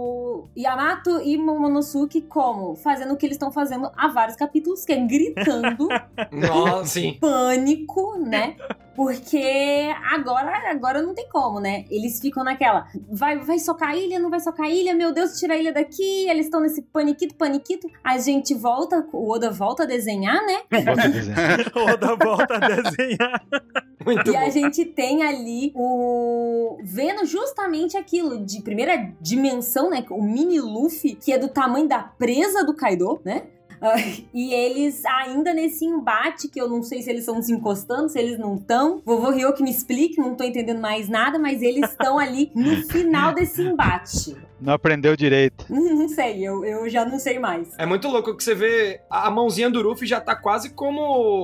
o Yamato e Momonosuke como? Fazendo o que eles estão fazendo há vários capítulos, que é gritando Nossa, sim. pânico, né? Porque agora, agora não tem como, né? Eles ficam naquela, vai, vai socar a ilha, não vai socar a ilha, meu Deus, tira a ilha daqui, eles estão nesse paniquito, paniquito. A gente volta, o Oda volta a desenhar, né? Volta a dizer. Oda volta a desenhar. Muito E bom. a gente tem ali o... vendo justamente aquilo de primeira dimensão, né? O mini Luffy, que é do tamanho da presa do Kaido, né? Uh, e eles ainda nesse embate, que eu não sei se eles estão se encostando, se eles não estão. Vovô Ryo que me explique, não tô entendendo mais nada, mas eles estão ali no final desse embate. Não aprendeu direito. Não sei, eu, eu já não sei mais. É muito louco que você vê a mãozinha do Ruffy já tá quase como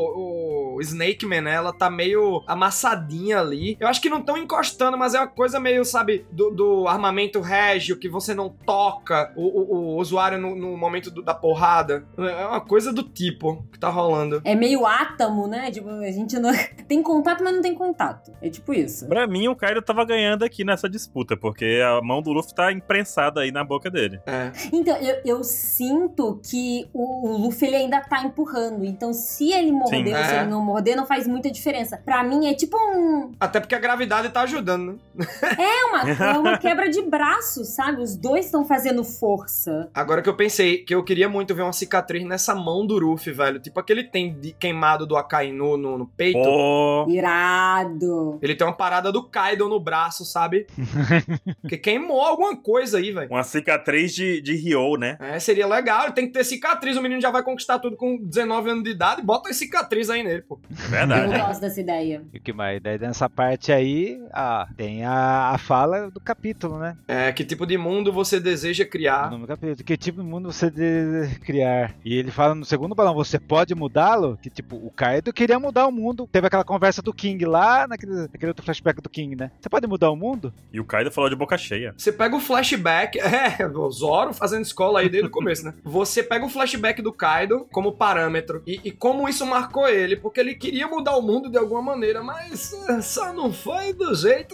o, o Snake Man, né? Ela tá meio amassadinha ali. Eu acho que não tão encostando, mas é uma coisa meio, sabe, do, do armamento régio, que você não toca o, o, o usuário no, no momento do, da porrada. É uma coisa do tipo que tá rolando. É meio átomo, né? Tipo, a gente não... tem contato, mas não tem contato. É tipo isso. Pra mim, o Kaido tava ganhando aqui nessa disputa, porque a mão do Luffy tá imprensada aí na boca dele. É. Então, eu, eu sinto que o, o Luffy ele ainda tá empurrando. Então, se ele morder Sim. ou se É. ele não morder, não faz muita diferença. Pra mim, é tipo um... Até porque a gravidade tá ajudando, né? É uma, é uma quebra de braço, sabe? Os dois estão fazendo força. Agora que eu pensei que eu queria muito ver uma cicatriz nessa mão do Ruffy, velho. Tipo aquele tem de queimado do Akainu no, no peito. Oh, Irado. Ele tem uma parada do Kaido no braço, sabe? Porque queimou alguma coisa aí, velho. uma cicatriz de, de Ryo, né? É, seria legal. Ele tem que ter cicatriz. O menino já vai conquistar tudo com dezenove anos de idade. Bota as cicatriz aí nele, pô. Eu Verdade. gosto dessa ideia. E o que mais? Daí nessa parte aí, ah, tem a, a fala do capítulo, né? É, que tipo de mundo você deseja O criar? nome do capítulo. Que tipo de mundo você deve criar? E ele fala no segundo balão, você pode mudá-lo? Que tipo, o Kaido queria mudar o mundo. Teve aquela conversa do King lá, naquele, naquele outro flashback do King, né? Você pode mudar o mundo? E o Kaido falou de boca cheia. Você pega o flashback... É, o Zoro fazendo escola aí desde o começo, né? Você pega o flashback do Kaido como parâmetro. E, e como isso marcou ele. Porque ele queria mudar o mundo de alguma maneira. Mas é, só não foi do jeito...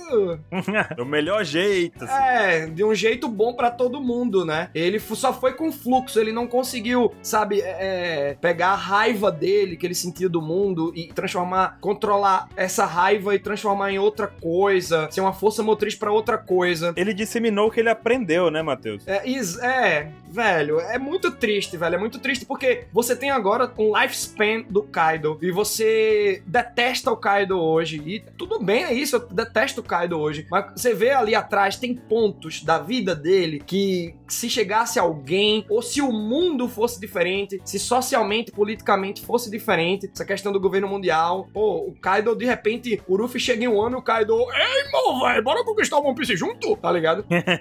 Do melhor jeito. assim. É, de um jeito bom pra todo mundo, né? Ele fu- só foi com fluxo, ele não conseguiu, sabe, é, pegar a raiva dele, que ele sentia do mundo e transformar, controlar essa raiva e transformar em outra coisa, ser uma força motriz pra outra coisa. Ele disseminou o que ele aprendeu, né, Matheus? É, is- é, velho, é muito triste, velho, é muito triste porque você tem agora um lifespan do Kaido e você detesta o Kaido hoje, e tudo bem, é isso, eu detesto o Kaido hoje, mas você vê ali atrás, tem pontos da vida dele que se chegasse alguém, ou se o mundo fosse diferente, se socialmente, politicamente fosse diferente, essa questão do governo mundial, pô, o Kaido, de repente, o Ruffy chega em um ano e o Kaido, ei, irmão, velho, bora conquistar o One Piece junto, tá ligado?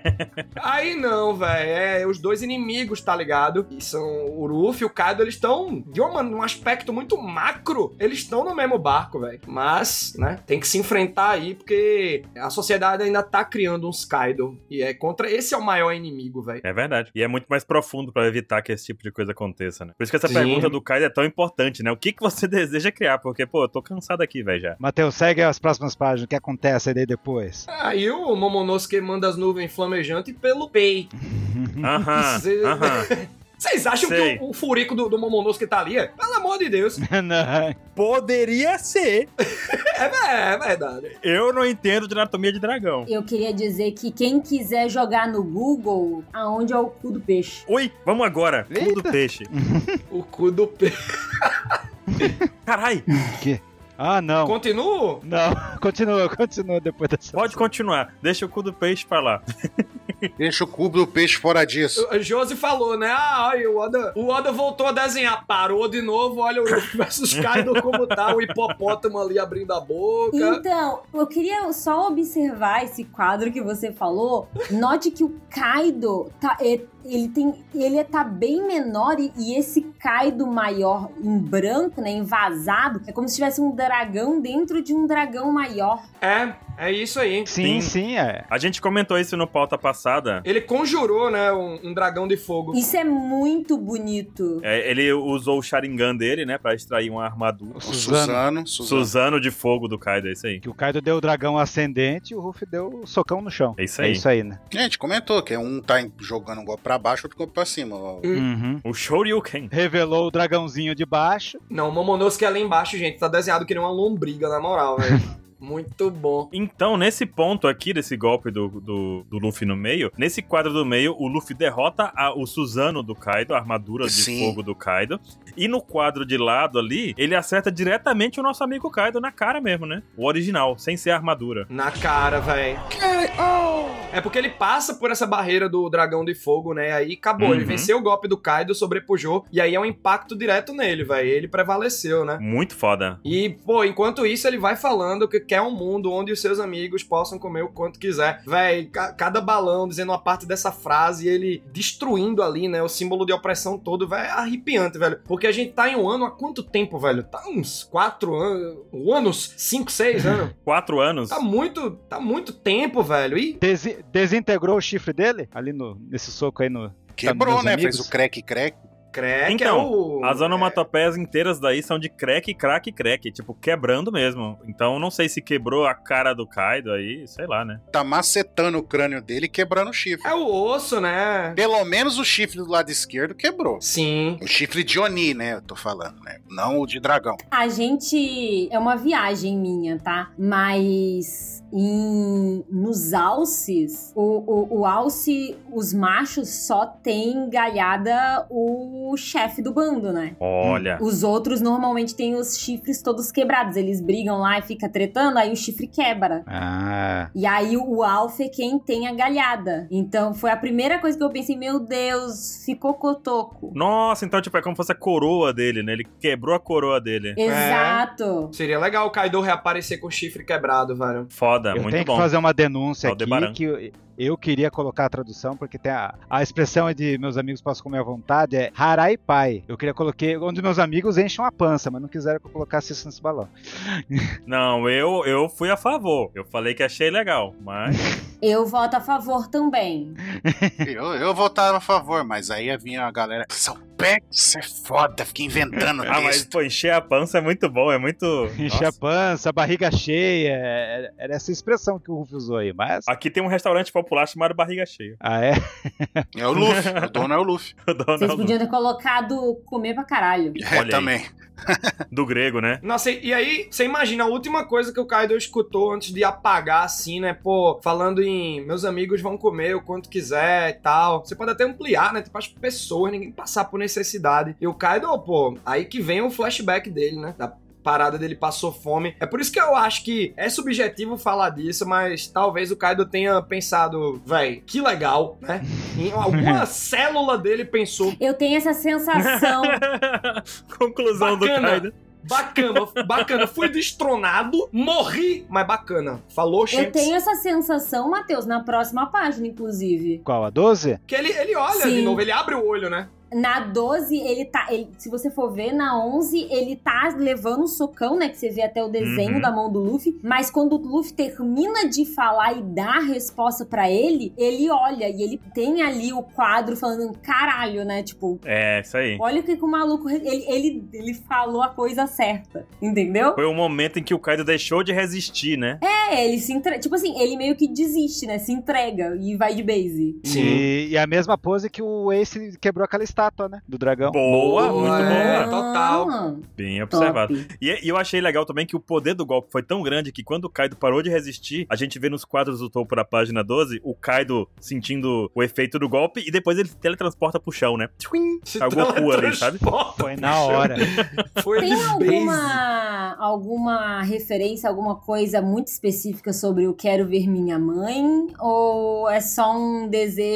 Aí não, velho, é os dois inimigos, tá ligado? E são o Ruffy e o Kaido, eles estão, de uma, um aspecto muito macro, eles estão no mesmo barco, velho. Mas, né, tem que se enfrentar aí, porque a sociedade ainda tá criando uns Kaido. E é contra, esse é o maior inimigo, velho. É verdade. E é muito mais profundo pra evitar que esse tipo de coisa aconteça, né? Por isso que essa Sim. pergunta do Kaido é tão importante, né? O que, que você deseja criar? Porque, pô, eu tô cansado aqui, velho, já. Matheus, segue as próximas páginas, o que acontece aí depois? Aí o Momonosuke manda as nuvens flamejantes pelo Pei. Aham, Cê- aham. Vocês acham Sei. que o, o furico do, do Momonosuke tá ali? É? Pelo amor de Deus. Não. Poderia ser. É, é verdade. Eu não entendo de anatomia de dragão. Eu queria dizer que quem quiser jogar no Google, aonde é o cu do peixe? Oi, vamos agora. Cu do Eita. peixe. O cu do Pei. Carai, Ah, não. Continuo? Não, continua, continua depois dessa. pode continuar. Deixa o cu do peixe pra lá. Deixa o cubo do peixe fora disso. O Josi falou, né? Ah, olha, o Oda, o Oda voltou a desenhar, parou de novo, olha o Luffy versus Kaido como tá, o hipopótamo ali abrindo a boca. Então, eu queria só observar esse quadro que você falou. Note que o Kaido tá, é- ele tem, ele tá bem menor e, e esse Kaido maior em branco, né, envasado, é como se tivesse um dragão dentro de um dragão maior. É, é isso aí. Sim, Sim. sim, é. A gente comentou isso no pauta passada. Ele conjurou, né, um, um dragão de fogo. Isso é muito bonito. É, ele usou o Sharingan dele, né, pra extrair uma armadura. O O Suzano. Suzano. Suzano. Suzano de fogo do Kaido, é isso aí. Que o Kaido deu o dragão ascendente e o Ruffy deu o socão no chão. É isso É aí. isso aí, né? A gente comentou que um tá jogando um golpe pra baixo, outro golpe pra cima. Hum. Uhum. O Shoryuken. Revelou o dragãozinho de baixo. Não, o Momonosuke ali embaixo, gente, tá desenhado que nem uma lombriga, na moral, velho. Muito bom. Então, nesse ponto aqui, desse golpe do, do, do Luffy no meio, nesse quadro do meio, o Luffy derrota a, o Suzano do Kaido, a armadura de Sim. fogo do Kaido. E no quadro de lado ali, ele acerta diretamente o nosso amigo Kaido na cara mesmo, né? O original, sem ser a armadura. Na cara, velho. É porque ele passa por essa barreira do dragão de fogo, né? Aí acabou. Uhum. Ele venceu o golpe do Kaido, sobrepujou. E aí é um impacto direto nele, velho. Ele prevaleceu, né? Muito foda. E, pô, enquanto isso, ele vai falando que quer um mundo onde os seus amigos possam comer o quanto quiser. Véi, ca- cada balão dizendo uma parte dessa frase, ele destruindo ali, né? O símbolo de opressão todo, velho, é arrepiante, velho. Porque a gente tá em um ano há quanto tempo, velho? Tá uns quatro anos, anos, cinco, seis anos. Quatro anos. Tá muito, tá muito tempo, velho. E Desi- desintegrou o chifre dele? Ali no, nesse soco aí no. Quebrou, meus né? amigos? Fez o crack-crack. crack Então, é o... as onomatopeias inteiras daí são de crack, crack, crack. Tipo, quebrando mesmo. Então, não sei se quebrou a cara do Kaido aí, sei lá, né? Tá macetando o crânio dele e quebrando o chifre. É o osso, né? Pelo menos o chifre do lado esquerdo quebrou. Sim. O chifre de Oni, né? Eu tô falando, né? Não o de dragão. A gente... É uma viagem minha, tá? Mas... Em, nos alces, o, o, o alce, os machos só tem galhada o chefe do bando, né? Olha. Os outros normalmente têm os chifres todos quebrados. Eles brigam lá e fica tretando, aí o chifre quebra. Ah. E aí o alfa é quem tem a galhada. Então foi a primeira coisa que eu pensei, meu Deus, ficou cotoco. Nossa, então, tipo, é como se fosse a coroa dele, né? Ele quebrou a coroa dele. Exato. Seria legal o Kaido reaparecer com o chifre quebrado, velho. Foda, Eu muito tenho bom. que fazer uma denúncia Aldebaran. aqui que eu, eu queria colocar a tradução, porque tem a, a expressão de meus amigos possam comer à vontade é Harai Pai. Eu queria colocar onde meus amigos enchem a pança, mas não quiseram que eu colocasse isso nesse balão. Não, eu, eu fui a favor. Eu falei que achei legal, mas... Eu voto a favor também. Eu, eu votava a favor, mas aí ia vir a galera. São Pex é foda, fica inventando ah, mas, texto. pô, encher a pança é muito bom, é muito... Encher a Nossa. pança, barriga cheia. Era era essa expressão que o Ruff usou aí, mas. Aqui tem um restaurante popular chamado Barriga Cheia. Ah, é? É o Luffy, o dono é o Luffy. O dono Vocês é o podiam ter colocado comer pra caralho. É, Olha aí. também. do grego, né? Nossa, e aí, você imagina, a última coisa que o Kaido escutou antes de apagar, assim, né? Pô, falando em meus amigos vão comer o quanto quiser e tal. Você pode até ampliar, né? Tipo, as pessoas, ninguém passar por necessidade. E o Kaido, pô, aí que vem o flashback dele, né? Da parada dele passou fome. É por isso que eu acho que é subjetivo falar disso, mas talvez o Kaido tenha pensado, véi, que legal, né? Em alguma célula dele pensou, Eu tenho essa sensação. Conclusão do Bacana. Kaido. bacana, bacana, fui destronado, morri, mas bacana. Falou, Eu Shanks. tenho essa sensação, Matheus, na próxima página, inclusive. Qual? A doze? Que ele, ele olha Sim. de novo, ele abre o olho, né? Na doze, ele tá. Ele, se você for ver, na onze, ele tá levando um socão, né? Que você vê até o desenho Uhum. da mão do Luffy. Mas quando o Luffy termina de falar e dá a resposta pra ele, ele olha e ele tem ali o quadro falando caralho, né? Tipo, É, isso aí. olha o que, que o maluco. Ele, ele, ele falou a coisa certa, entendeu? Foi o momento em que o Kaido deixou de resistir, né? É, ele se entrega. Tipo assim, ele meio que desiste, né? Se entrega e vai de base. E, e a mesma pose que o Ace quebrou aquela estátua, né? Do dragão. Boa, Boa, muito é. boa. total. Ah, Bem observado. top. E, e eu achei legal também que o poder do golpe foi tão grande que quando o Kaido parou de resistir, a gente vê nos quadros do topo da página doze, o Kaido sentindo o efeito do golpe e depois ele teletransporta pro chão, né? Tchuim! Se É o Goku ali, sabe? teletransporta Foi pro na chão. hora. Foi Tem de base. alguma, alguma referência, alguma coisa muito específica sobre o quero ver minha mãe? Ou é só um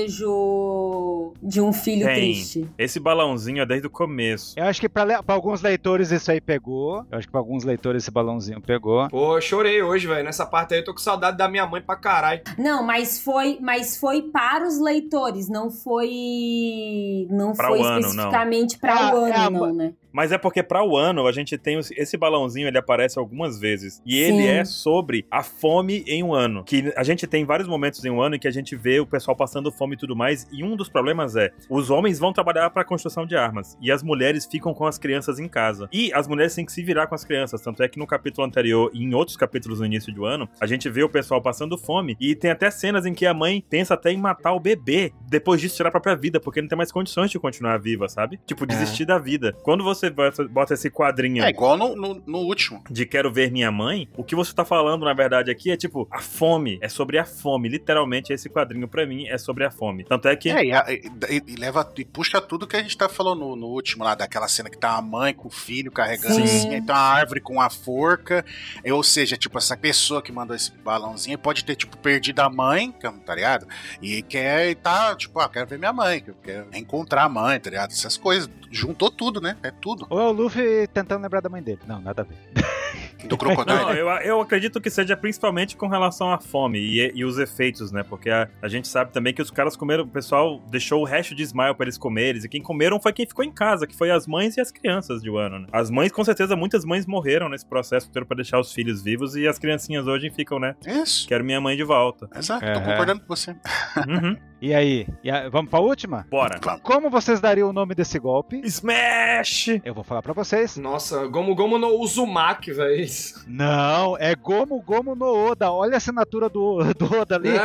desejo de um filho Tem. triste? Esse balãozinho é desde o começo. Eu acho que pra, le- pra alguns leitores isso aí pegou. Eu acho que pra alguns leitores esse balãozinho pegou. Pô, eu chorei hoje, velho. Nessa parte aí eu tô com saudade da minha mãe pra caralho. Não, mas foi, mas foi para os leitores, não foi, não Pra foi o ano, especificamente para Ah, o ano, é a- não, né? Mas é porque pra o ano a gente tem os- esse balãozinho, ele aparece algumas vezes. E ele Sim. é sobre a fome em um ano. Que a gente tem vários momentos em um ano em que a gente vê o pessoal passando fome e tudo mais. E um dos problemas é, os homens vão trabalhar pra construção de armas. E as mulheres ficam com as crianças em casa. E as mulheres têm que se virar com as crianças. Tanto é que no capítulo anterior e em outros capítulos no início do ano, a gente vê o pessoal passando fome. E tem até cenas em que a mãe pensa até em matar o bebê. Depois disso tirar a própria vida, porque não tem mais condições de continuar viva, sabe? Tipo, desistir da vida. Quando você bota bota esse quadrinho. É igual no, no, no último. De quero ver minha mãe, o que você tá falando, na verdade, aqui é tipo, a fome, é sobre a fome. Literalmente, esse quadrinho, pra mim, é sobre a fome. Tanto é que... É, e, a- e- e leva, e puxa tudo que a gente tá falando no, no último lá, daquela cena que tá a mãe com o filho carregando Sim. assim, aí tá uma árvore com a forca, é, ou seja, tipo, essa pessoa que mandou esse balãozinho pode ter, tipo, perdido a mãe, tá ligado? E quer, e tá, tipo, ah, quero ver minha mãe, que eu quero encontrar a mãe, tá ligado? Essas coisas, juntou tudo, né? É tudo. Ou é o Luffy tentando lembrar da mãe dele. Não, nada a ver. Do crocodilo. Não, eu, eu acredito que seja principalmente com relação à fome e, e os efeitos, né? Porque a, a gente sabe também que os caras comeram, o pessoal deixou o resto de Smile pra eles comerem, e quem comeram foi quem ficou em casa, que foi as mães e as crianças de Wano, né? As mães, com certeza, muitas mães morreram nesse processo inteiro pra deixar os filhos vivos e as criancinhas hoje ficam, né? Isso. Quero minha mãe de volta. Exato, tô Uhum. concordando com você. Uhum. E aí? E a- vamos pra última? Bora. Vamos. Como vocês dariam o nome desse golpe? Smash! Eu vou falar pra vocês. Nossa, Gomu Gomu no Uzumaki, velho. Não, é Gomu Gomu no Oda. Olha a assinatura do, do Oda ali.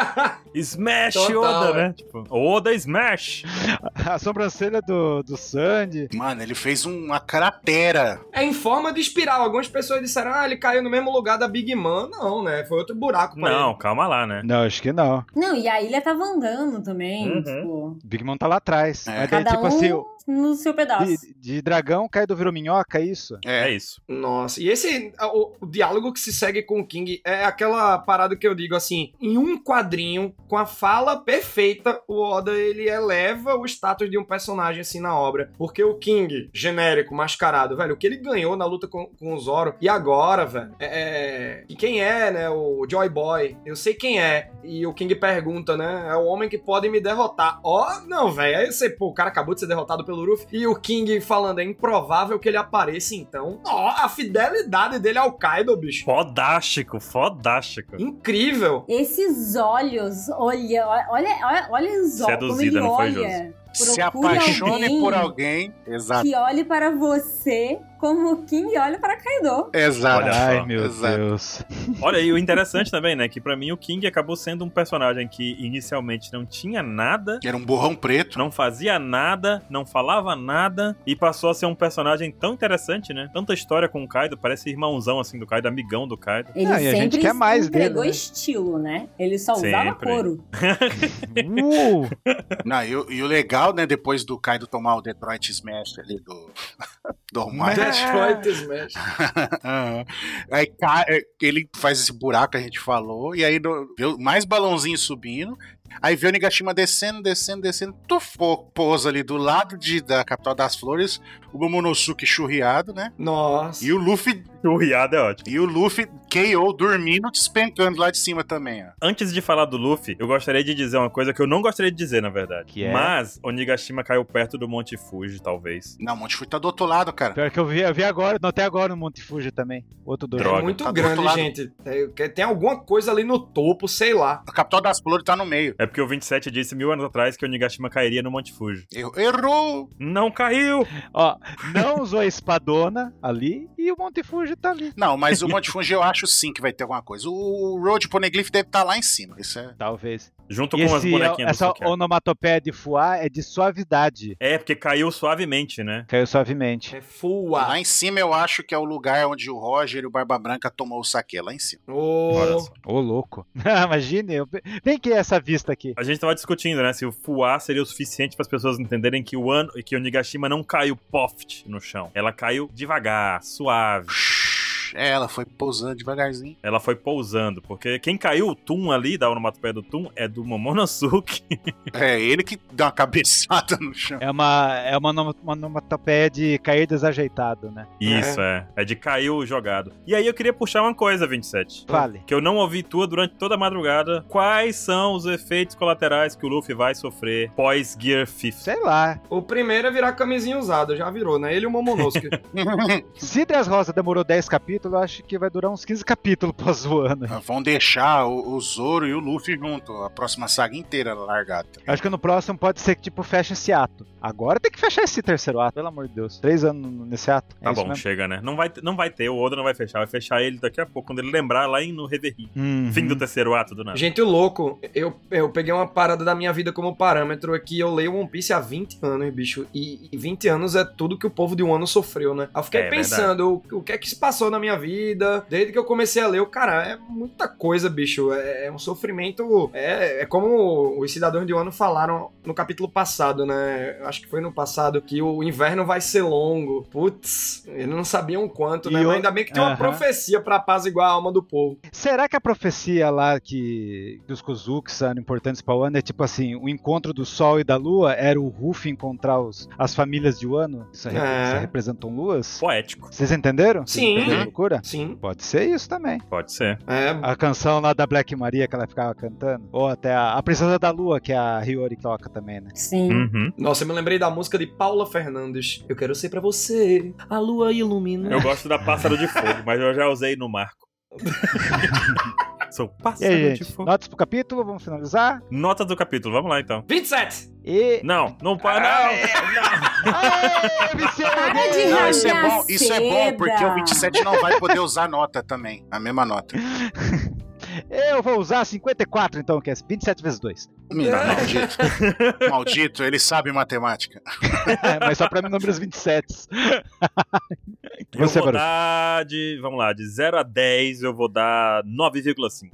Smash Total, Oda, é. né? Tipo, Oda Smash! A sobrancelha do, do Sandy. Mano, ele fez uma cratera. É em forma de espiral. Algumas pessoas disseram, ah, ele caiu no mesmo lugar da Big Mom. Não, né? Foi outro buraco pra Não, ele. calma lá, né? Não, acho que não. Não, e a ilha tava andando também, Uhum. tipo... Big Mom tá lá atrás. É. Mas daí, Cada tipo um assim, o- no seu pedaço. de, de dragão cai do virou minhoca, é isso? É É, isso. Nossa, e esse, o, o diálogo que se segue com o King é aquela parada que eu digo assim, em um quadrinho, com a fala perfeita, o Oda, ele eleva o status de um personagem assim na obra, porque o King, genérico, mascarado, velho, o que ele ganhou na luta com, com o Zoro, e agora, velho, é, é... E quem é, né, o Joy Boy, eu sei quem é, e o King pergunta, né, é o homem que pode me derrotar. Ó, não, velho, aí você, pô, o cara acabou de ser derrotado pelo Luffy, e o King falando, é improvável que ele apareça, então. Ó, a fidelidade dele ao Kaido, bicho. Fodástico, fodástico. Incrível. Esses olhos, olha, olha, olha, olha os olhos, como ele Seduzida, não foi, olha. se Procure apaixone alguém por alguém. Exato. que olhe para você como o King olha para Kaido. Exato. Olha só. Ai, meu Exato. Deus. Olha, e o interessante também, né, que pra mim o King acabou sendo um personagem que inicialmente não tinha nada, Era um borrão preto. não fazia nada, não falava nada, e passou a ser um personagem tão interessante, né? Tanta história com o Kaido, parece irmãozão, assim, do Kaido, amigão do Kaido. Ele Ah, e a gente sempre quer mais entregou dele, né? estilo, né? Ele só usava Sempre. couro. Uh, Não, e, o- e o legal, né, depois do Kaido tomar o Detroit Smash ali do, do Almighty, Detroit Smash. Aham. Aí ca- é, ele faz esse buraco que a gente falou, e aí no- vê mais balãozinho subindo. Aí vê o Nigashima descendo, descendo, descendo. Tuf, pô- pousa ali do lado de, da capital das flores. O Momonosuke churriado, né? Nossa. E o Luffy. O riado é ótimo. E o Luffy K O dormindo, despencando lá de cima também, ó. Antes de falar do Luffy, eu gostaria de dizer uma coisa que eu não gostaria de dizer, na verdade. Que é? Mas o Nigashima caiu perto do Monte Fuji, talvez. Não, o Monte Fuji tá do outro lado, cara. pior que eu vi, eu vi agora, notei agora no Monte Fuji também. Outro dois. Droga. É muito Tá do grande, outro lado. gente. Tem, tem alguma coisa ali no topo, sei lá. A capital das flores tá no meio. É porque o vinte e sete disse mil anos atrás que o Nigashima cairia no Monte Fuji. Errou. Errou. Não caiu! Ó, não usou a espadona ali e o Monte Fuji tá ali. Não, mas o Monte Fuji eu acho sim que vai ter alguma coisa. O Road Poneglyph deve estar lá em cima. Isso é. Talvez. Junto E com as esse, bonequinhas do essa Sukiaki. onomatopeia de fuá é de suavidade. É, porque caiu suavemente, né? Caiu suavemente. É full A. Lá em cima eu acho que é o lugar onde o Roger e o Barba Branca tomou o saque. Lá em cima. Olha Ô, só. Ô, louco. Imagine, eu... vem que essa vista aqui. A gente tava discutindo, né, se o Fuá seria o suficiente para as pessoas entenderem que o ano, que o Nigashima não caiu poft no chão. Ela caiu devagar, suave. É, ela foi pousando devagarzinho. Ela foi pousando, porque quem caiu o Tum ali, da onomatopeia do Tum, é do Momonosuke. É ele que dá uma cabeçada no chão. É uma, é uma, onom- uma onomatopeia de cair desajeitado, né? Isso, é. É de caiu jogado. E aí eu queria puxar uma coisa, vinte e sete. Fale. Que eu não ouvi tua durante toda a madrugada. Quais são os efeitos colaterais que o Luffy vai sofrer pós-Gear Fifth? Sei lá. o primeiro é virar camisinha usada, já virou, né? Ele e o Momonosuke. Se Dressrosa demorou dez capítulos, capítulo, eu acho que vai durar uns quinze capítulos pós Wano. Vão deixar o, o Zoro e o Luffy junto, a próxima saga inteira largada. Acho que no próximo pode ser que, tipo, fecha esse ato. Agora tem que fechar esse terceiro ato, pelo amor de Deus. Três anos nesse ato. Tá é bom, isso mesmo? chega, né? Não vai, não vai ter, o Oda não vai fechar, vai fechar ele daqui a pouco, quando ele lembrar lá em, no Reverie. Uhum. Fim do terceiro ato do nada. Gente, o louco, eu, eu peguei uma parada da minha vida como parâmetro aqui, eu leio One Piece há vinte anos, bicho, e, e vinte anos é tudo que o povo de um ano sofreu, né? Aí eu fiquei É, pensando, o, o que é que se passou na minha vida, desde que eu comecei a ler, o cara, é muita coisa, bicho, é, é um sofrimento, é, é como os cidadãos de um ano falaram no capítulo passado, né? Acho que foi no passado, que o inverno vai ser longo. Putz, eles não sabiam o quanto, né? E Mas o- ainda bem que tem uma Aham. profecia pra apaziguar a alma do povo. Será que a profecia lá que dos Kozuki são importantes pra Wano é tipo assim, o encontro do Sol e da Lua era o Ruffy encontrar os, as famílias de Wano? Isso, re- É. isso representam luas? Poético. Vocês entenderam? Vocês Sim. entenderam a loucura? Sim, Pode ser isso também. Pode ser. é... A canção lá da Black Maria que ela ficava cantando. Ou até a, a Princesa da Lua, que a Hiyori toca também, né? Sim. Uhum. Nossa, eu me lembrei da música de Paula Fernandes. Eu quero ser pra você, a lua ilumina. Eu gosto da Pássaro de Fogo, mas eu já usei no Marco. Sou E Pássaro aí, de gente? Fogo. Notas pro capítulo, vamos finalizar. Nota do capítulo, vamos lá então. vinte e sete! E. Não, não para, não! Ai, viciado! Para de Não, isso é rasgar bom, isso é bom, seda. porque o vinte e sete não vai poder usar nota também, a mesma nota. Eu vou usar cinquenta e quatro, então, que é vinte e sete vezes dois. Menino, maldito. Maldito, ele sabe matemática. Mas só pra mim, números vinte e sete. Eu Você, vou Baruch. dar de, vamos lá, de zero a dez eu vou dar nove vírgula cinco.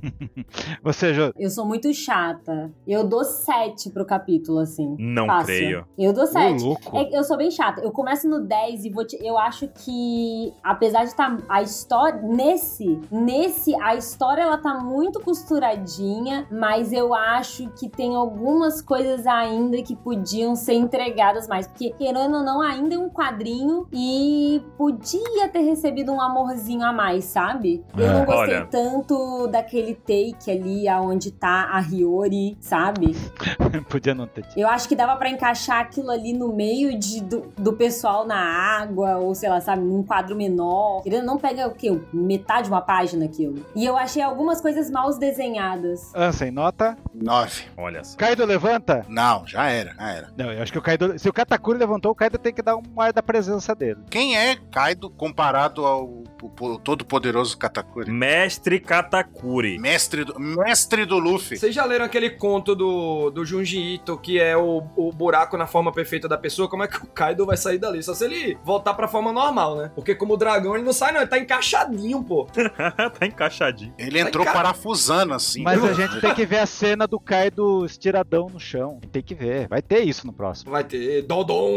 Você, Jô. Eu sou muito chata. Eu dou sete pro capítulo, assim. Não Fácil. creio. Eu dou sete. louco. É, eu sou bem chata. Eu começo no dez e vou te, eu acho que, apesar de estar a história nesse, nesse a história ela tá muito costuradinha, mas eu acho que tem algumas coisas ainda que podiam ser entregadas mais, porque querendo ou não ainda é um quadrinho e podia ter recebido um amorzinho a mais, sabe? Eu É. não gostei Olha. tanto daquele take ali aonde tá a Hiyori, sabe? Podia não ter tido. Eu acho que dava pra encaixar aquilo ali no meio de, do, do pessoal na água, ou sei lá, sabe, num quadro menor. Ele não pega o quê? Metade de uma página aquilo. E eu achei algumas coisas mal desenhadas. Ansem, nota. Nove. Olha só. Kaido levanta? Não, já era, já era. Não, eu acho que o Kaido. Se o Katakuri levantou, o Kaido tem que dar um ar da presença dele. Quem é Kaido comparado ao po- po- todo-poderoso Katakuri? Mestre Katakuri. Mestre do, mestre do Luffy. Vocês já leram aquele conto do, do Junji Ito, que é o, o buraco na forma perfeita da pessoa? Como é que o Kaido vai sair dali? Só se ele voltar pra forma normal, né? Porque como dragão ele não sai não, ele tá encaixadinho, pô. Tá encaixadinho. Ele entrou Ai, cara. parafusando assim. Mas a gente tem que ver a cena do Kaido estiradão no chão. Tem que ver. Vai ter isso no próximo. Vai ter Dodon.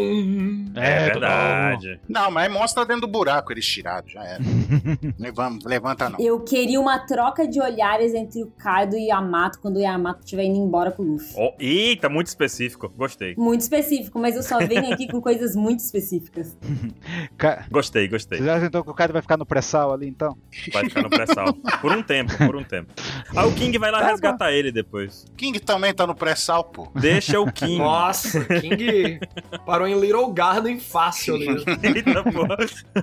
É, tudo verdade. Não, mas mostra dentro do buraco ele estirado, já era. Levanta, levanta não. Eu queria uma troca de olhares entre o Kaido e o Yamato quando o Yamato estiver indo embora com o Luffy. Oh, eita, muito específico. Gostei. Muito específico, mas eu só venho aqui com coisas muito específicas. Ka- Gostei, gostei. Vocês acham então que o Kaido vai ficar no pré-sal ali, então? Vai ficar no pré-sal. Por um tempo, por um tempo. Ah, o King vai lá Tá resgatar ele depois. King também tá no pré-sal, pô. Deixa o King. Nossa, King parou em Little Garden fácil ali. Eita, porra.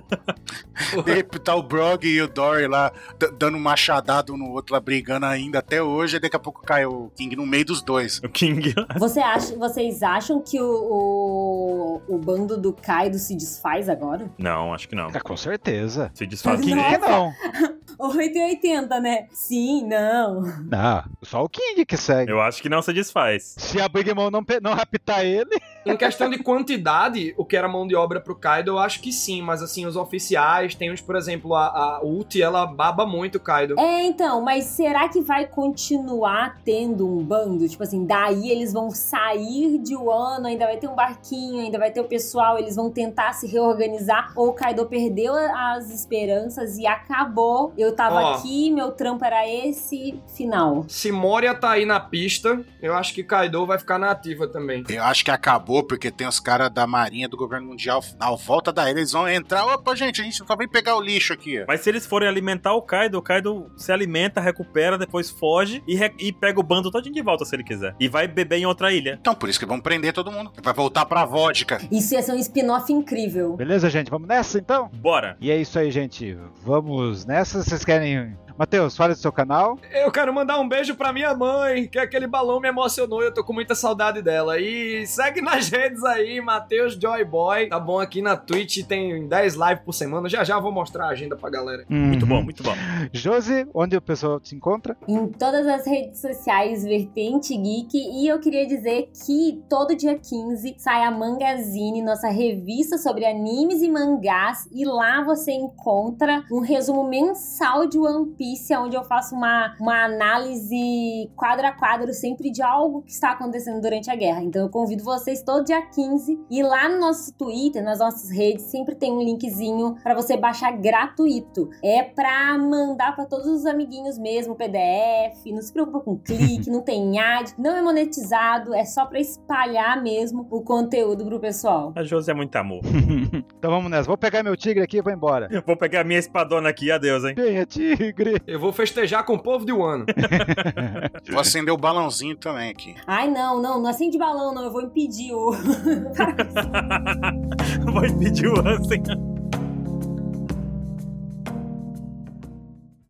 De repente tá o Brog e o Dory lá d- dando um machadado um no outro, lá brigando ainda até hoje, e daqui a pouco cai o King no meio dos dois. O King. Você acha, vocês acham que o, o, o bando do Kaido se desfaz agora? Não, acho que não. É, com certeza. Se O desfazer. King que não. oito e oitenta, né? Sim, não. Não, só o King que segue. Eu acho que não se desfaz. Se a Big Mom não, pe- não raptar ele, Em questão de quantidade, o que era mão de obra pro Kaido, eu acho que sim, mas assim, os oficiais, tem uns, por exemplo, a, a Uchi, ela baba muito o Kaido. É, então, mas será que vai continuar tendo um bando? Tipo assim, daí eles vão sair de Wano, ainda vai ter um barquinho, ainda vai ter o pessoal, eles vão tentar se reorganizar, ou o Kaido perdeu as esperanças e acabou. Eu tava Ó. aqui, meu trampo era esse, final. Se Moria tá aí na pista, eu acho que Kaido vai ficar na ativa também. Eu acho que acabou ferrou, porque tem os caras da Marinha do Governo Mundial na volta da ilha, eles vão entrar, opa, gente, a gente só vem pegar o lixo aqui. Mas se eles forem alimentar o Kaido, o Kaido se alimenta, recupera, depois foge e, re- e pega o bando todinho de volta se ele quiser. E vai beber em outra ilha. Então, por isso que vão prender todo mundo. Vai voltar pra vodka. Isso ia ser um spin-off incrível. Beleza, gente? Vamos nessa, então? Bora. E é isso aí, gente. Vamos nessa. Vocês querem... Matheus, fale do seu canal. Eu quero mandar um beijo pra minha mãe, que aquele balão me emocionou e eu tô com muita saudade dela. E segue nas redes aí, Matheus Joyboy. Tá bom? Aqui na Twitch tem dez lives por semana. Já já eu vou mostrar a agenda pra galera. Muito bom, muito bom. Josi, onde o pessoal se encontra? Em todas as redes sociais, Vertente Geek. E eu queria dizer que todo dia quinze sai a Mangazine, nossa revista sobre animes e mangás. E lá você encontra um resumo mensal de One Piece, onde eu faço uma, uma análise quadro a quadro sempre de algo que está acontecendo durante a guerra. Então eu convido vocês todo dia quinze e lá no nosso Twitter, nas nossas redes, sempre tem um linkzinho para você baixar gratuito. É para mandar para todos os amiguinhos mesmo, P D F, não se preocupa com clique, não tem ad, não é monetizado, é só para espalhar mesmo o conteúdo pro pessoal. A Josi é muito amor. Então vamos nessa. Vou pegar meu tigre aqui e vou embora. Vou pegar minha espadona aqui, adeus, hein? Quem é tigre? Eu vou festejar com o povo de Wano. Vou acender o balãozinho também aqui. Ai, não, não, não acende balão, não, eu vou impedir o... Vou impedir o Ansem.